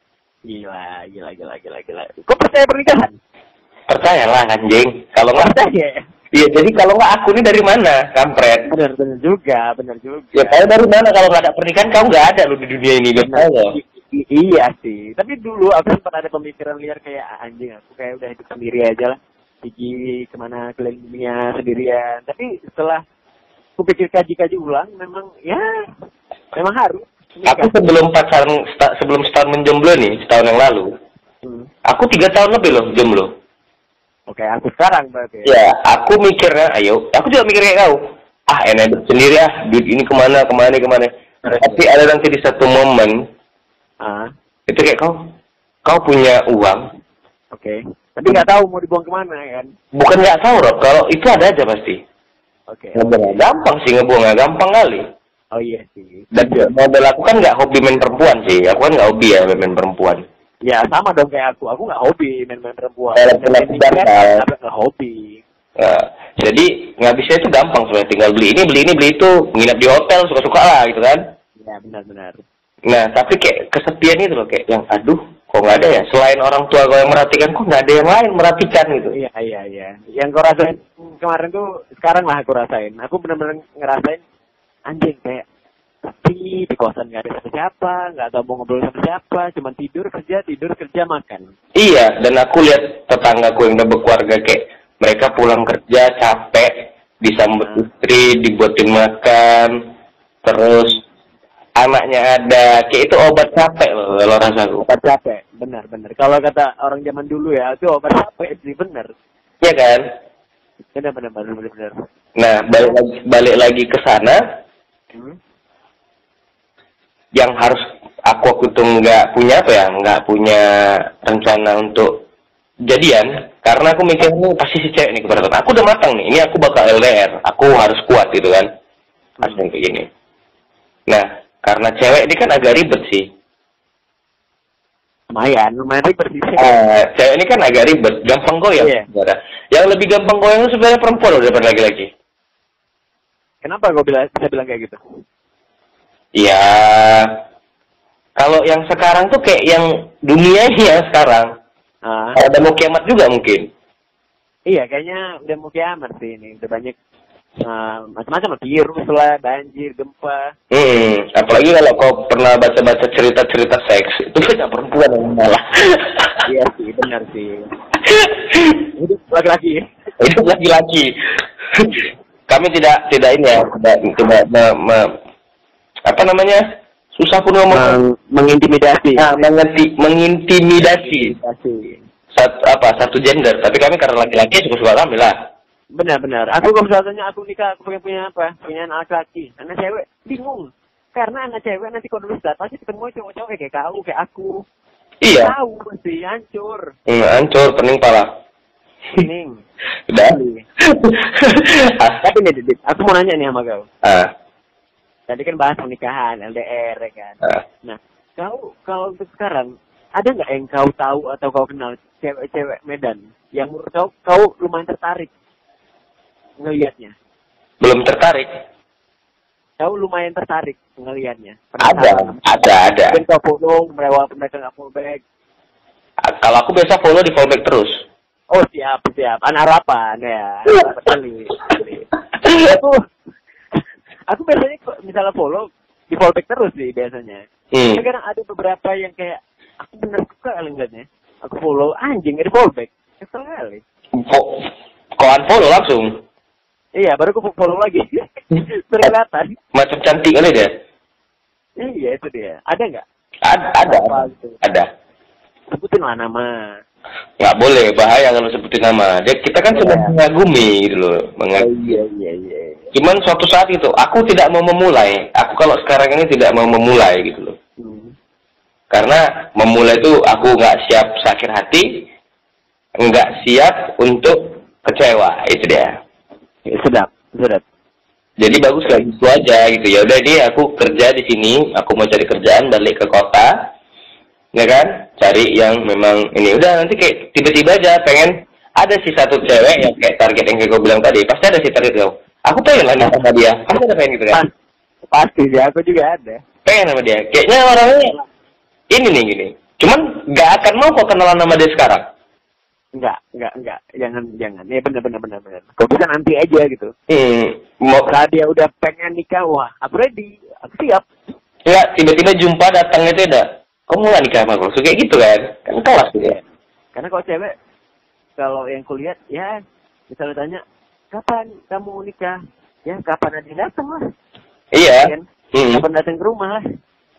Gila, gila, gila, gila, gila. Kau percaya pernikahan? Percayalah anjing. Kalau nggak percaya. Iya, jadi kalau nggak aku ini dari mana, kampret? Benar, benar juga, benar juga. Ya kau dari mana kalau nggak ada pernikahan, kau nggak ada lu di dunia ini, benar. I- iya sih, tapi dulu aku sempat ada pemikiran liar kayak ah, anjing aku kayak udah hidup sendiri aja lah, pergi kemana keliling dunia sendirian. Tapi setelah aku pikir kaji-kaji ulang, memang ya memang harus. Aku sebelum pacaran, sebelum setahun menjomblo nih, setahun yang lalu, hmm. aku tiga tahun lebih loh jomblo. Oke, aku sekarang berarti. Ya, aku mikirnya, ayo, aku juga mikir kayak kau. Ah, enak hidup sendiri ah, duit ini kemana, kemana, kemana. Tapi ada nanti di satu momen. Ah. Itu kayak kau, kau punya uang. Oke. Okay. Tapi nggak tahu mau dibuang kemana kan? Bukan nggak tahu, Rob. Kalau itu ada aja pasti. Oke. Okay. Ngebuang gampang sih, ngebuangnya gampang kali. Oh iya sih. Dan model aku kan nggak hobi main perempuan sih. Aku kan nggak hobi ya main perempuan. Ya sama dong kayak aku. Aku nggak hobi main-main perempuan. Nggak hobi. Nah, jadi nggak bisa itu gampang sebenarnya. Tinggal beli ini, beli ini, beli itu. Nginap di hotel, suka-suka lah gitu kan. Ya benar-benar. Nah, tapi kayak kesepian itu loh, kayak yang aduh, kok nggak ada ya? Selain orang tua gue yang merhatikan, kok nggak ada yang lain merhatikan gitu. Iya, iya, iya. Yang gue rasain kemarin tuh, sekarang lah aku rasain. Aku benar-benar ngerasain anjing kayak sepi, di kosan nggak ada siapa-siapa, nggak tahu mau ngobrol sama siapa, cuma tidur, kerja, tidur, kerja, makan. Iya, dan aku lihat tetanggaku yang udah berkeluarga kayak mereka pulang kerja capek, disambut nah. istri, dibuatin makan, terus anaknya ada, kayak itu obat capek loh kalau rasaku. Obat capek, benar-benar. Kalau kata orang zaman dulu ya, itu obat capek sih, benar. Iya kan? Benar-benar, benar-benar. Nah, balik lagi, balik lagi ke sana, hmm? yang harus aku aku tuh nggak punya apa ya, nggak punya rencana untuk jadian, karena aku mikirnya pasti si cewek nih keberatan. Aku udah matang nih, ini aku bakal L D R, aku harus kuat gitu kan, harus hmm. kayak gini. Nah, karena cewek ini kan agak ribet sih. Lumayan, lumayan ribet sih. Uh, cewek ini kan agak ribet, gampang goyang. Yeah. Yang lebih gampang goyang itu sebenarnya perempuan loh daripada laki-laki. Kenapa gue bilang, bisa bilang kayak gitu? Ya, kalau yang sekarang tuh kayak yang dunianya yang sekarang. Uh. Ada mau kiamat juga mungkin. Iya, kayaknya udah mau kiamat sih ini. Udah banyak uh, macam-macam, virus lah, banjir, gempa. Hmm, apalagi kalau kau pernah baca-baca cerita-cerita seks, itu banyak perempuan yang malah. Iya sih, benar sih. Hidup laki-laki. Hidup laki-laki. Kami tidak tidak ini ya, tidak tidak me, me, apa namanya? Susah pun ngomong. Meng, mengintimidasi. Nah, menginti, mengintimidasi. Satu apa? Satu gender. Tapi kami karena laki-laki suka-suka kami lah. Benar-benar. Aku kalau misalnya aku nikah, aku pengen punya apa? Punya anak laki, anak cewek. Bingung. Karena anak cewek nanti kalau lulus data pasti ketemu cowok-cowok kayak kau, kayak aku. Iya. Tahu pasti hancur. Hmm, hancur, pening pala. Pening. Udah. Tapi nih, Dit, aku mau nanya nih sama kau. Ah. Tadi kan bahas pernikahan, L D R ya kan. Ah. Nah, kau kalau untuk sekarang ada nggak yang kau tahu atau kau kenal cewek-cewek Medan yang menurut kau kau lumayan tertarik ngelihatnya? Belum tertarik. Kau lumayan tertarik ngelihatnya? Ada, ada, ada. Mungkin kau follow, mereka mereka nggak follow back. Kalau aku biasa follow di follow back terus. Oh siap, siap. Anak harapan ya. Sekali. Aku, aku biasanya misalnya follow di follow back terus sih biasanya. Hmm. Kadang ada beberapa yang kayak aku bener suka ngeliatnya. Aku follow anjing nggak di follow back. Kesel kali. Kok kok unfollow langsung? Iya, baru aku follow lagi. Terkelihatan. Macam cantik kali dia. Iya, itu dia. Ada nggak? Ada, ada. Ada. sebutin lah nama. Nggak boleh, bahaya kalau sebutin nama. Dia, kita kan sedang Ya. mengagumi gitu loh. Mengag- Oh, iya, iya, iya. Cuman suatu saat itu, aku tidak mau memulai. Aku kalau sekarang ini tidak mau memulai gitu loh. Hmm. Karena memulai itu aku nggak siap sakit hati, nggak siap untuk kecewa. Itu dia. Ya, sedap, sedap. Jadi bagus lah gitu aja gitu. Ya udah ini aku kerja di sini, aku mau cari kerjaan balik ke kota. Ya kan? Cari yang memang ini udah nanti kayak tiba-tiba aja pengen ada sih satu cewek yang kayak target yang kayak gue bilang tadi. Pasti ada sih target gue. Aku pengen lah nih sama dia. Pasti ada pengen gitu kan? Pasti sih, aku juga ada. Pengen sama dia. Kayaknya orangnya ini nih gini. Cuman nggak akan mau kok kenalan sama dia sekarang. Enggak, enggak, enggak. Jangan, jangan. Ya benar, benar, benar, benar. Kalau bisa nanti aja gitu. Hmm, mau Saat dia udah pengen nikah, wah, aku ready, aku siap. nggak tiba-tiba jumpa datang itu udah. Kamu nggak nikah sama aku? So, kayak gitu kan? Kan kelas gitu ya. Karena kalau cewek, kalau yang kulihat, ya, misalnya tanya, kapan kamu nikah? Ya, kapan ada datang lah. Iya. Kan? Hmm. Kapan datang ke rumah lah.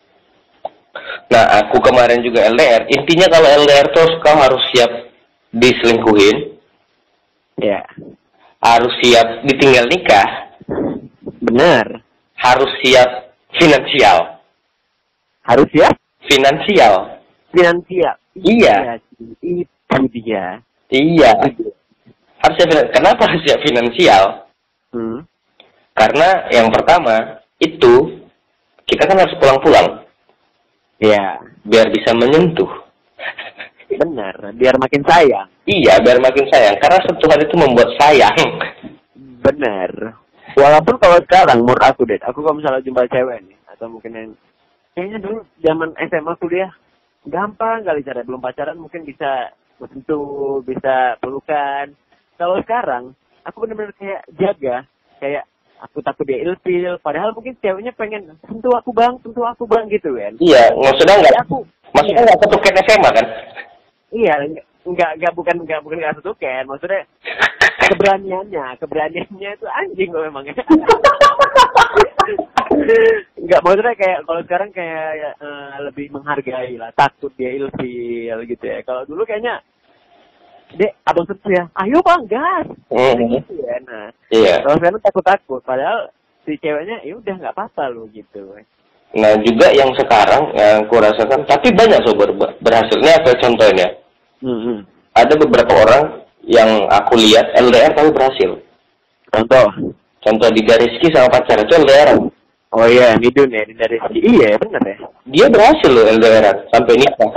Nah, aku kemarin juga L D R. Intinya kalau L D R terus kau harus siap diselingkuhin, Ya, harus siap ditinggal nikah, benar. harus siap finansial. Harus ya? Finansial. Finansial. Iya. Itu dia. Iya. Harus siap finan- Kenapa harus siap finansial? Hmm. Karena yang pertama, itu kita kan harus pulang-pulang. Ya, Biar bisa menyentuh. benar. Biar makin sayang. Iya, biar makin sayang. Karena sentuhan itu membuat sayang. Benar. Walaupun kalau sekarang, menurut aku deh, aku kalau misalnya jumpa cewek nih, atau mungkin yang kayaknya dulu zaman S M A kuliah gampang kali cara belum pacaran mungkin bisa bersentuh, bisa pelukan. Kalau sekarang aku benar-benar kayak jaga, kayak aku takut dia ilfil. Padahal mungkin ceweknya pengen sentuh aku bang, sentuh aku bang gitu kan. Iya, maksudnya nggak, Aku, maksudnya iya, nggak ketuken S M A kan? iya, nggak nggak bukan nggak bukan nggak setuken, maksudnya keberaniannya, keberaniannya itu anjing kok memang. Nggak, maksudnya kayak kalau sekarang kayak uh, lebih menghargai lah, takut dia ilfil gitu ya. Kalau dulu kayaknya, dek, abang sentuh ya, ayo bang gas, Mm-hmm. gitu ya. Nah, Iya. kalau sekarang takut-takut, padahal si ceweknya ya udah nggak apa-apa lo gitu. Nah juga yang sekarang yang aku rasakan, tapi banyak sobat berhasilnya. Apa contohnya? Mm-hmm. Ada beberapa orang yang aku lihat L D R tapi berhasil. Contoh? Contoh di Rizky sama pacar itu L D R. Oh iya, Midun ya, dari iya bener ya. Dia berhasil loh L D R sampai nikah.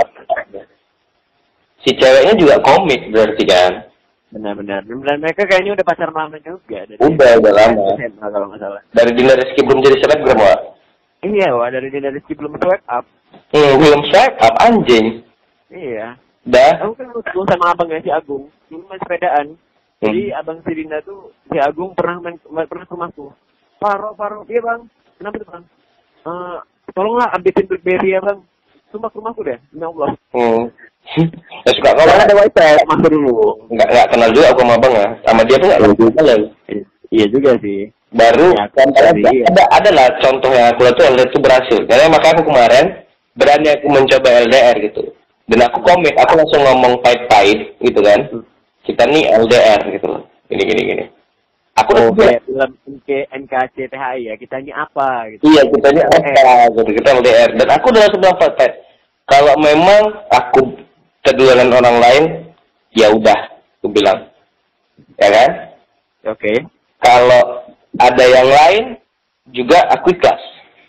Si ceweknya juga komit berarti kan? Benar-benar. Dan mereka kayaknya udah pacaran lama juga. Dari Udah, udah lama. S M A kalau nggak salah. Dari Dinda Rizky belum jadi selebgram, Wak? Iya, wah dari dari Rizky belum swipe up. Hmm, belum swipe up, anjing. Iya. Dah. Aku kan dulu sama abangnya si Agung, dulu main sepedaan. Jadi abang si Dinda tuh, si Agung pernah main, pernah ke rumahku. Paro, Paro, iya bang. Kenapa tuh bang? Uh, tolonglah ambilin Blackberry ya bang. Sumpah ke rumahku deh, ya Allah. Hmm. Ya suka kalau Kalau ada wifi, masuk dulu. nggak nggak kenal juga aku sama abang ya. Sama dia tuh nggak kenal juga lah. Iya juga sih. Baru Ya, contoh, tadi, ada, iya. ada ada lah contoh yang aku lihat tuh L D R itu berhasil. Karena makanya aku kemarin berani aku mencoba L D R gitu. Dan aku komit, aku langsung ngomong pahit-pahit gitu kan. Kita nih L D R gitu loh. Gini gini gini. Aku udah Oh, kayak film N K C T H I ya, kita ini apa gitu. iya kita ini apa gitu, kita L D R. Dan aku udah langsung bilang pahit-pahit. Kalau memang aku kedua dengan orang lain, ya udah, aku bilang, ya kan? Oke. Okay. Kalau ada yang lain, juga aku ikhlas.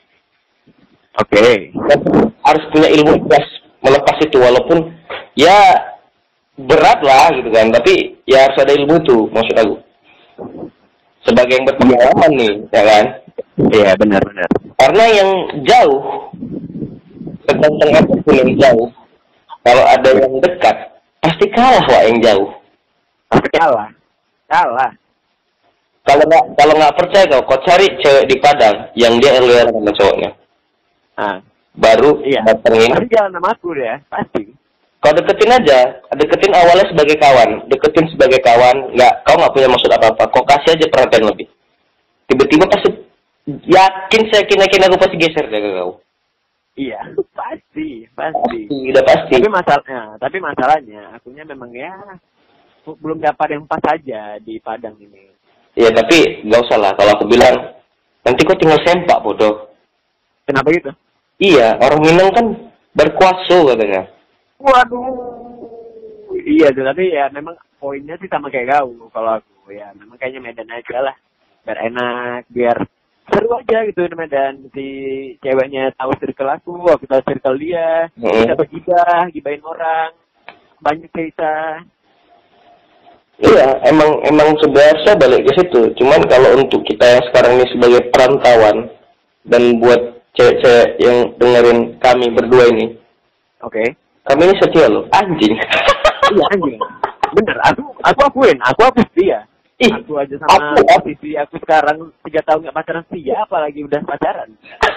Oke. Okay. Harus punya ilmu ikhlas melepas itu, walaupun ya berat lah gitu kan, tapi ya harus ada ilmu itu, maksud aku. Sebagai yang berpengalaman nih, ya kan? Iya, benar-benar. Karena yang jauh, tergantung apapun yang jauh, kalau ada yang dekat, pasti kalah wah yang jauh. Pasti kalah. Kalah. Kalau nggak kalau nggak percaya kau, kau cari cewek di Padang yang dia L D R sama cowoknya. Ah. Baru Iya. datengin. Pasti jalan sama aku deh, pasti. Kau deketin aja, deketin awalnya sebagai kawan, deketin sebagai kawan, nggak, kau nggak punya maksud apa-apa, kau kasih aja perhatian lebih. Tiba-tiba pasti, yakin saya yakin yakin aku pasti geser deh ke kau. Iya, pasti, pasti. Pasti, udah pasti. Tapi masalahnya, tapi masalahnya, akunya memang ya belum dapat yang pas aja di Padang ini. Iya, tapi nggak usah lah. Kalau aku bilang, nanti kau tinggal sempak, bodoh. Kenapa gitu? Iya, orang Minang kan berkuasa katanya. Waduh. Iya, tapi ya memang poinnya sih sama kayak kau. Kalau aku ya memang kayaknya Medan aja lah. Biar enak, biar seru aja gitu di Medan. Si ceweknya tahu circle aku, aku tahu circle dia. Hmm. Bisa bergibah, gibahin orang. Banyak cerita. Iya, emang emang sebiasa balik ke situ. Cuman kalau untuk kita yang sekarang ini sebagai perantauan dan buat cewek-cewek yang dengerin kami berdua ini, oke, okay. Kami ini setia loh, anjing. Iya anjing. Bener, aku aku akuin, aku aku setia. Ih, aku aja sama aku, posisi aku sekarang tiga tahun nggak pacaran setia, apalagi udah pacaran.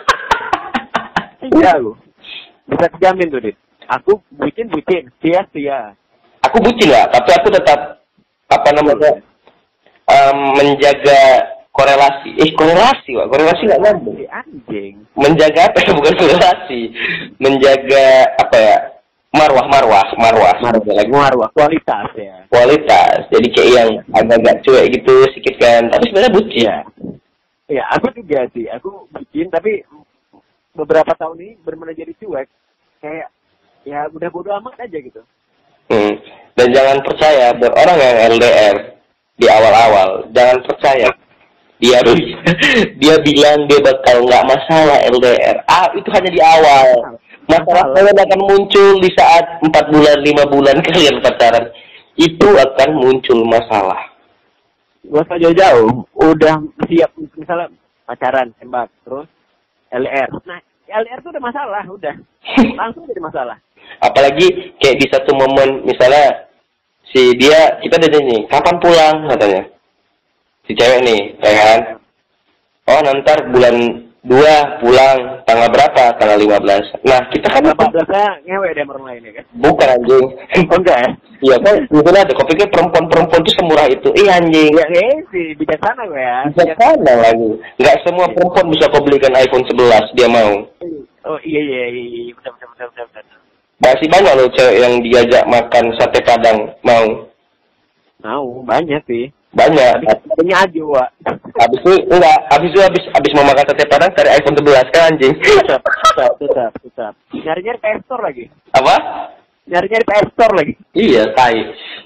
Iya aku. Bisa kejamin tuh, Dit. Aku bucin bucin, setia setia. Aku bucin lah, tapi aku tetap apa namanya um, menjaga korelasi. Eh korelasi, Wak. Korelasi nggak nyambung. Anjing. Menjaga apa ya? Bukan korelasi. Menjaga apa ya? Marwah, marwah, marwah. Marwah, marwah. Kualitas ya. Kualitas. Jadi kayak yang agak-agak cuek gitu, sedikit kan. Tapi sebenarnya bucin. Ya. Ya, aku juga sih. Aku bucin, tapi beberapa tahun ini benar-benar jadi cuek. Kayak, ya udah bodo amat aja gitu. Hmm. Dan jangan percaya buat orang yang L D R di awal-awal, jangan percaya dia dia bilang dia bakal nggak masalah L D R. Ah, itu hanya di awal. Masalah kalian akan muncul di saat empat bulan, lima bulan kalian pacaran. Itu akan muncul masalah. Gak usah jauh-jauh, udah siap misalnya pacaran, tembak, terus L D R. Nah, L D R itu udah masalah, udah langsung jadi masalah. Apalagi kayak di satu momen misalnya si dia kita udah nih kapan pulang katanya si cewek nih ya kan, oh nanti bulan dua pulang tanggal berapa, tanggal lima belas. Nah kita kan empat belasnya ngewe deh orang lain ya kan, bukan anjing. Oh enggak ya, iya kan misalnya ada kau pikir perempuan-perempuan itu semurah itu. Iya anjing ya eh sih bijaksana gue ya, bijaksana lagi, nggak semua perempuan bisa kau belikan iPhone sebelas dia mau. Oh iya iya iya iya benar benar benar benar benar. Masih banyak loh cewek yang diajak makan sate Padang mau. Mau banyak sih. Banyak. Tapi aja, Wak. Habis itu enggak, habis itu habis habis mau makan sate Padang cari iPhone sebelas kan anjing. Tetap, tetap, tetap, tetap. Nyari-nyari P S Store lagi. Apa? Nyari-nyari P S Store lagi. Iya, tai.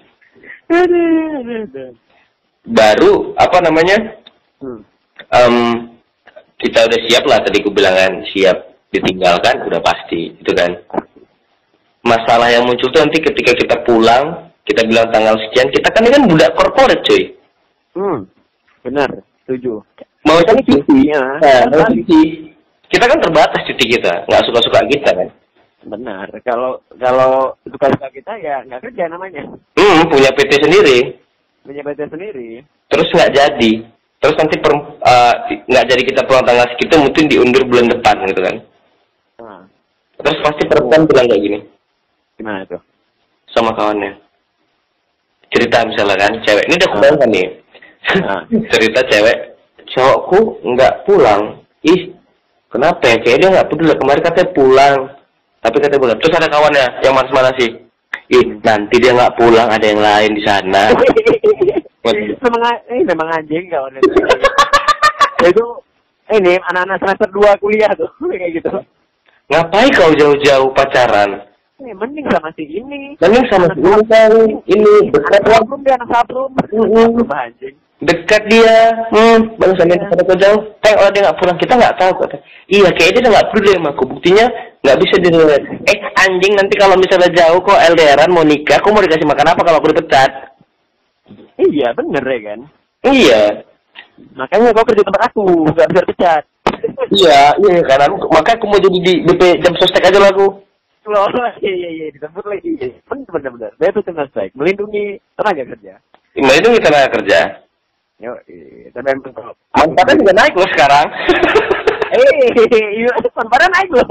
Baru apa namanya? Hmm. Um, kita udah siap lah tadi ku bilang kan, siap ditinggalkan udah pasti, itu kan. Masalah yang muncul tuh nanti ketika kita pulang, kita bilang tanggal sekian, kita kan ini kan budak korporat cuy. Hmm, benar, setuju. Mau cuti, ya. Nah, mau cuti. Kita kan terbatas cuti kita, nggak suka-suka kita kan. Benar, kalau kalau suka-suka kita ya nggak kerja namanya. Hmm, punya P T sendiri. Punya P T sendiri. Terus nggak jadi. Terus nanti nggak uh, jadi kita pulang tanggal segitu, mungkin diundur bulan depan gitu kan. Nah. Terus pasti perempuan bilang kayak gini. Gimana tuh? Sama kawannya. Cerita misalnya kan, cewek. Ini udah kebayangkan nih. Nah. Cerita cewek, cowokku nggak pulang. Ih, kenapa ya? Kayak dia nggak peduli. Kemarin katanya pulang. Tapi katanya pulang. Terus ada kawannya yang manas-manas sih. Ih, nanti dia nggak pulang, ada yang lain di sana. memang, eh, memang anjing kawannya. Itu, ini anak-anak semester dua kuliah tuh. Kayak gitu. Ngapain kau jauh-jauh pacaran? Eh, mending sama si ini. Mending sama si ini kan. Ini dekat lah. Belum dia anak sabrum. Mm-hmm. Anjing. Dekat dia. Hmm, bang sama dia pada jauh. Kan kalau dia nggak pulang kita nggak tahu kok. Iya, kayak dia nggak peduli sama aku. Buktinya nggak bisa dilihat. Eh, anjing nanti kalau misalnya jauh kok L D R-an mau nikah, aku mau dikasih makan apa kalau aku dipecat? Iya, bener ya kan? Iya. Makanya kau kerja tempat aku, nggak bisa dipecat. Iya, iya kan aku, makanya aku mau jadi di D P jam sostek aja lah aku. Loh, iya iya iya disebut lagi. Benar benar benar. D P jam sostek melindungi tenaga kerja. Melindungi tenaga kerja. Yo, tapi emang kalau manfaatnya juga naik loh sekarang. Eh, iya, manfaatnya naik loh.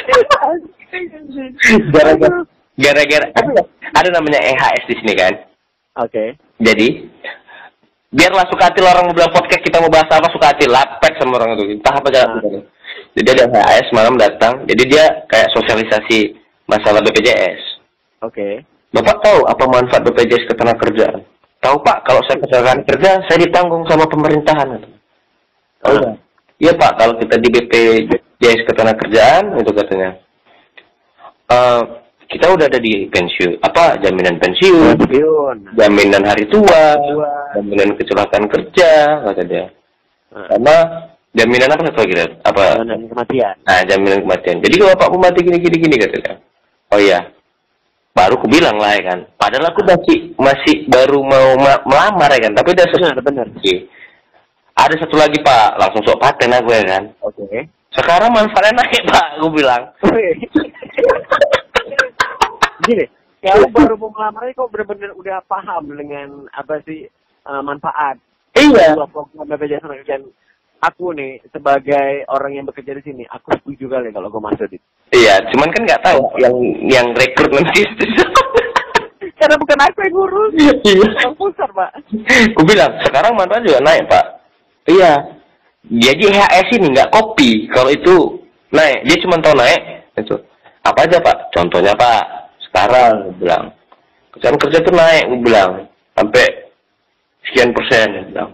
Gara-gara gara-gara ada namanya E H S di sini kan. Oke. Okay. Jadi biarlah suka hati orang mau bilang podcast kita mau bahas apa, suka hati lapet sama orang itu. Entah apa jalan. Jadi ada H S malam datang, jadi dia kayak sosialisasi masalah B P J S. Oke. Okay. Bapak tahu apa manfaat B P J S ketenagakerjaan? Tahu Pak, kalau saya kecelakaan kerja, saya ditanggung sama pemerintahan. Oh iya. Iya Pak, kalau kita di B P J S ketenagakerjaan, itu katanya. Uh, kita udah ada di pensiun, apa jaminan pensiun, pensiun. Jaminan hari tua, tua, jaminan kecelakaan kerja, kata dia. Hmm. Sama jaminan apa satu lagi? Apa? Jaminan kematian. Nah, jaminan kematian. Jadi kalau Pak mati gini gini gini katanya. Oh iya. Baru aku bilang lah ya kan. Padahal aku masih masih baru mau melamar ya kan. Tapi udah benar benar. Ada satu lagi Pak, langsung sok paten aku ya kan. Oke. Okay. Sekarang manfaatnya naik Pak, aku bilang. Gini, kalau baru mau melamar kok benar-benar udah paham dengan apa sih uh, manfaat. Iya. Program B P J S ketenagakerjaan. Aku nih sebagai orang yang bekerja di sini, aku setuju kali kalau gue masuk itu. Iya, cuman kan nggak tahu yang yang rekrutmen itu. Karena bukan aku yang ngurus. Iya. Yang pusat Pak. Gue bilang sekarang manfaat juga naik Pak. Iya. Jadi H S ini nggak kopi kalau itu naik. Dia cuma tahu naik itu. Apa aja Pak? Contohnya Pak, sekarang gue bilang kesan kerja tuh naik, gue bilang sampai sekian persen, gue bilang.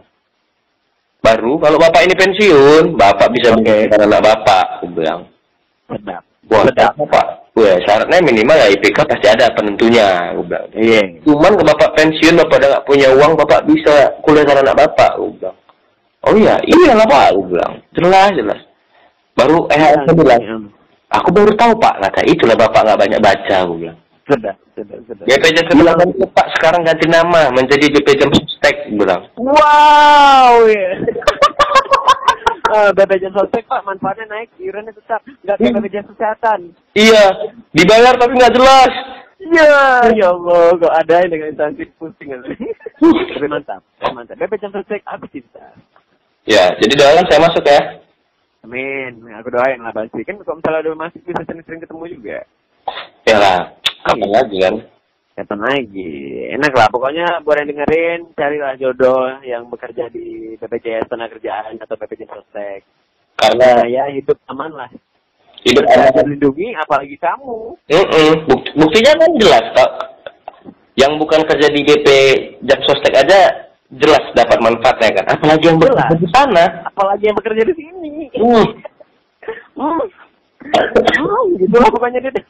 Baru kalau bapak ini pensiun, bapak bisa okay. Dengan anak bapak, gue bilang. Sedap. Wah, sedap Pak. Wah, syaratnya minimal ya I P K pasti ada penentunya, gue bilang. Iya. Yeah. Cuman kalau bapak pensiun, bapak udah nggak punya uang, bapak bisa kuliah dengan anak bapak, gue bilang. Oh iya, iya lah Pak, gue bilang. Jelas, jelas. Baru eh saya bilang, aku baru tahu Pak, kata itulah bapak nggak banyak baca, gue bilang. Sudah, sudah, sudah. B P J S ketenagakerjaan itu Pak sekarang ganti nama menjadi B P J S Sostek, bilang. Wow, ya. uh, B P J S Sostek Pak manfaatnya naik, iurannya tetap, nggak kayak B P J S Kesehatan. Iya, dibayar tapi nggak jelas. Iya, ya Allah, kok ada yang dengan instansi pusing kan. Tapi mantap, mantap. B P J S Sostek aku cinta. Ya, jadi doain saya masuk ya. Amin, aku doain lah pasti. Kan kalau misalnya udah masuk bisa sering-sering ketemu juga. Ya lah. Kapan lagi kan? Kapan lagi? Enak lah. Pokoknya buat yang dengerin, carilah jodoh yang bekerja di B P J S Ketenagakerjaan atau B P J S Sostek. Karena ya hidup aman lah. Hidup aman. Terlindungi, apalagi kamu. Mm -mm. Bukti, buktinya kan jelas. Yang bukan kerja di B P J S Sostek aja jelas dapat manfaatnya kan. Apalagi yang bekerja di sana. Apalagi yang bekerja di sini. Hmm. hmm. Oh, gitu lah pokoknya dia.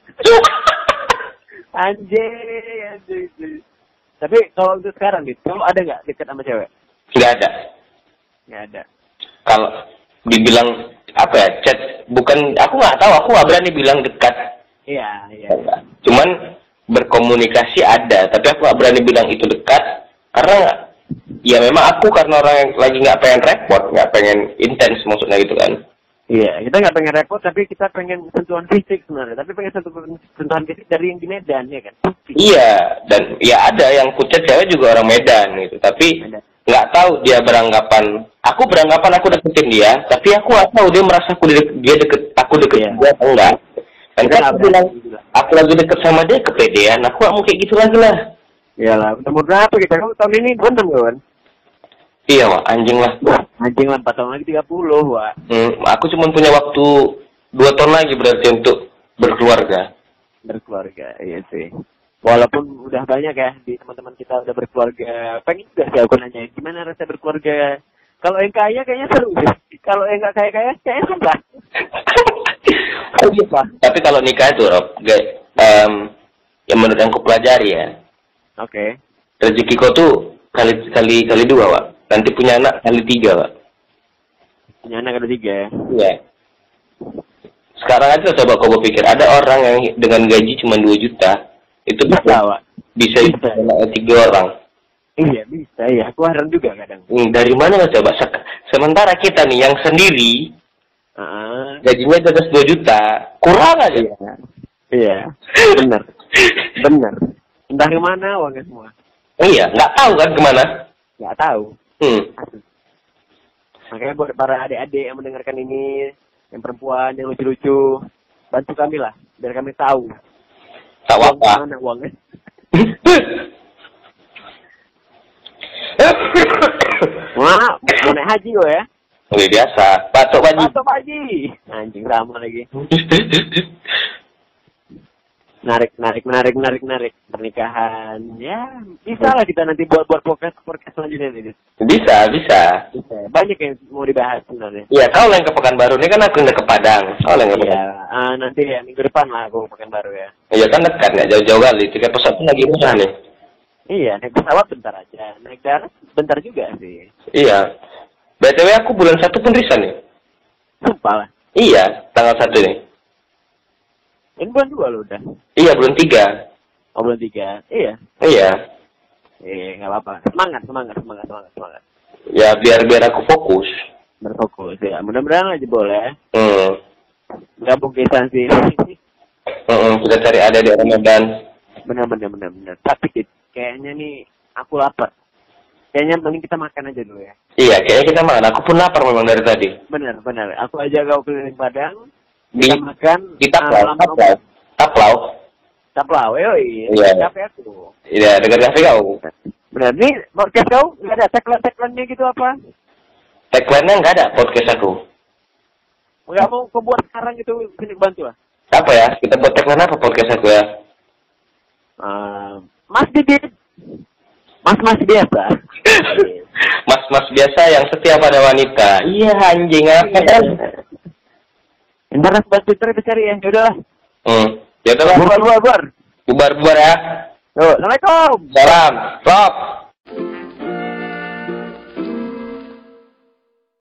Anjay, anjay, anjay. Tapi kalau untuk sekarang, Dit, kamu ada nggak dekat sama cewek? Nggak ada. Nggak ada. Kalau dibilang apa ya, chat, bukan, aku nggak tahu, aku nggak berani bilang dekat. Iya, iya. Cuman berkomunikasi ada, tapi aku nggak berani bilang itu dekat, karena ya memang aku karena orang yang lagi nggak pengen repot, nggak pengen intens maksudnya gitu kan. Iya, kita nggak pengen repot, tapi kita pengen sentuhan fisik sebenarnya. Tapi pengen sentuhan, sentuhan fisik dari yang di Medan, ya kan? Iya, dan ya ada yang kucet cewek juga orang Medan gitu. Tapi nggak tahu dia beranggapan, aku beranggapan aku deketin dia, tapi aku nggak tahu dia merasa aku deket, dia deket, aku deket iya. Dia atau enggak. Dan kan aku bilang, aku lagi deket sama dia kepedean, aku nggak mau kayak gitu lagi lah. Iyalah, umur berapa kita? Kamu tahun ini dua puluh enam kan? Iya, Wak, anjing lah. Anjing lah, empat tahun lagi tiga puluh, Wak. Hmm, aku cuma punya waktu dua tahun lagi berarti untuk berkeluarga. Berkeluarga, iya sih. Walaupun udah banyak ya, di teman-teman kita udah berkeluarga. Pengen juga sih aku nanya, gimana rasa berkeluarga? Kalau yang kaya kayaknya seru sih. Kalau yang nggak kaya-kaya, kayaknya susah. Oh, iya, Pak. Tapi kalau nikah itu, Rob, um, yang menurut yang aku pelajari ya. Oke. Okay. Rezeki kau tuh kali kali kali dua, Pak. Nanti punya anak kali tiga, Pak. Punya anak kali tiga ya? Iya. Sekarang aja coba kau berpikir, ada orang yang dengan gaji cuma dua juta, itu bisa, Pak. Bisa, bisa. Anak tiga orang. Iya, bisa ya. Aku heran juga kadang. Hmm, dari mana coba? Sementara kita nih yang sendiri, uh-uh. gajinya di atas dua juta, kurang aja. Iya, iya. Benar. Benar. Entah kemana uangnya semua. Iya, nggak tahu kan kemana? Nggak tahu. Hmm. Makanya buat para adik-adik yang mendengarkan ini, yang perempuan, yang lucu-lucu, bantu kami lah, biar kami tahu. Tahu apa? Mana uangnya? Wah, mau naik haji kok ya? Oke, biasa. Batuk Pak Haji. Batuk Pak Haji. Anjing sama lagi. Narik, narik, narik, narik, narik. Pernikahan. Ya, bisa lah kita nanti buat-buat podcast podcast selanjutnya nih. Bisa, bisa. Bisa. Banyak yang mau dibahas sebenarnya. Iya, kau yang ke Pekanbaru ini kan aku yang ke Padang. Kau yang ke Iya, Pekanbaru. uh, nanti ya minggu depan lah aku Pekanbaru ya. Iya kan dekat, nggak jauh-jauh kali. Tiket pesawat pun lagi murah nih. Iya, naik pesawat bentar aja. Naik darat bentar juga sih. Iya. B T W aku bulan satu pun resign nih. Sumpah lah. Iya, tanggal satu nih. Ini bulan dua lo udah. Iya, bulan tiga. Oh, bulan tiga. Iya. Iya. Iya, nggak apa-apa. Semangat, semangat, semangat, semangat, semangat. Ya, biar biar aku fokus. Berfokus ya. Mudah-mudahan aja boleh. Hmm. Gabung ke instansi. Hmm, kita cari ada di Ramadan. Benar, benar, benar, benar. Tapi Kit, kayaknya nih aku lapar. Kayaknya mending kita makan aja dulu ya. Iya, kayaknya kita makan. Aku pun lapar memang dari tadi. Benar, benar. Aku aja kau keliling Padang. Di, Kita makan. di Taplau, uh, Taplau. Taplau. Taplau, yoi. Iya. Kafe aku. Iya, dekat kafe kau. Benar. Nih, podcast kau nggak ada tagline-tagline-nya gitu apa? Tagline-nya nggak ada podcast aku. Nggak mau kau buat sekarang gitu, sini bantu lah. Apa ya? Kita buat tagline apa podcast aku ya? Uh, Mas Didit. Mas-mas biasa. Mas-mas biasa yang setia pada wanita. Iya, anjing apa kan? Ntar bantu terus cari ya. Yaudah lah. Hmm. Ya udah lah. Bubar, bubar, bubar. Bubar-bubar ya. Yo, Assalamualaikum. Salam. Stop.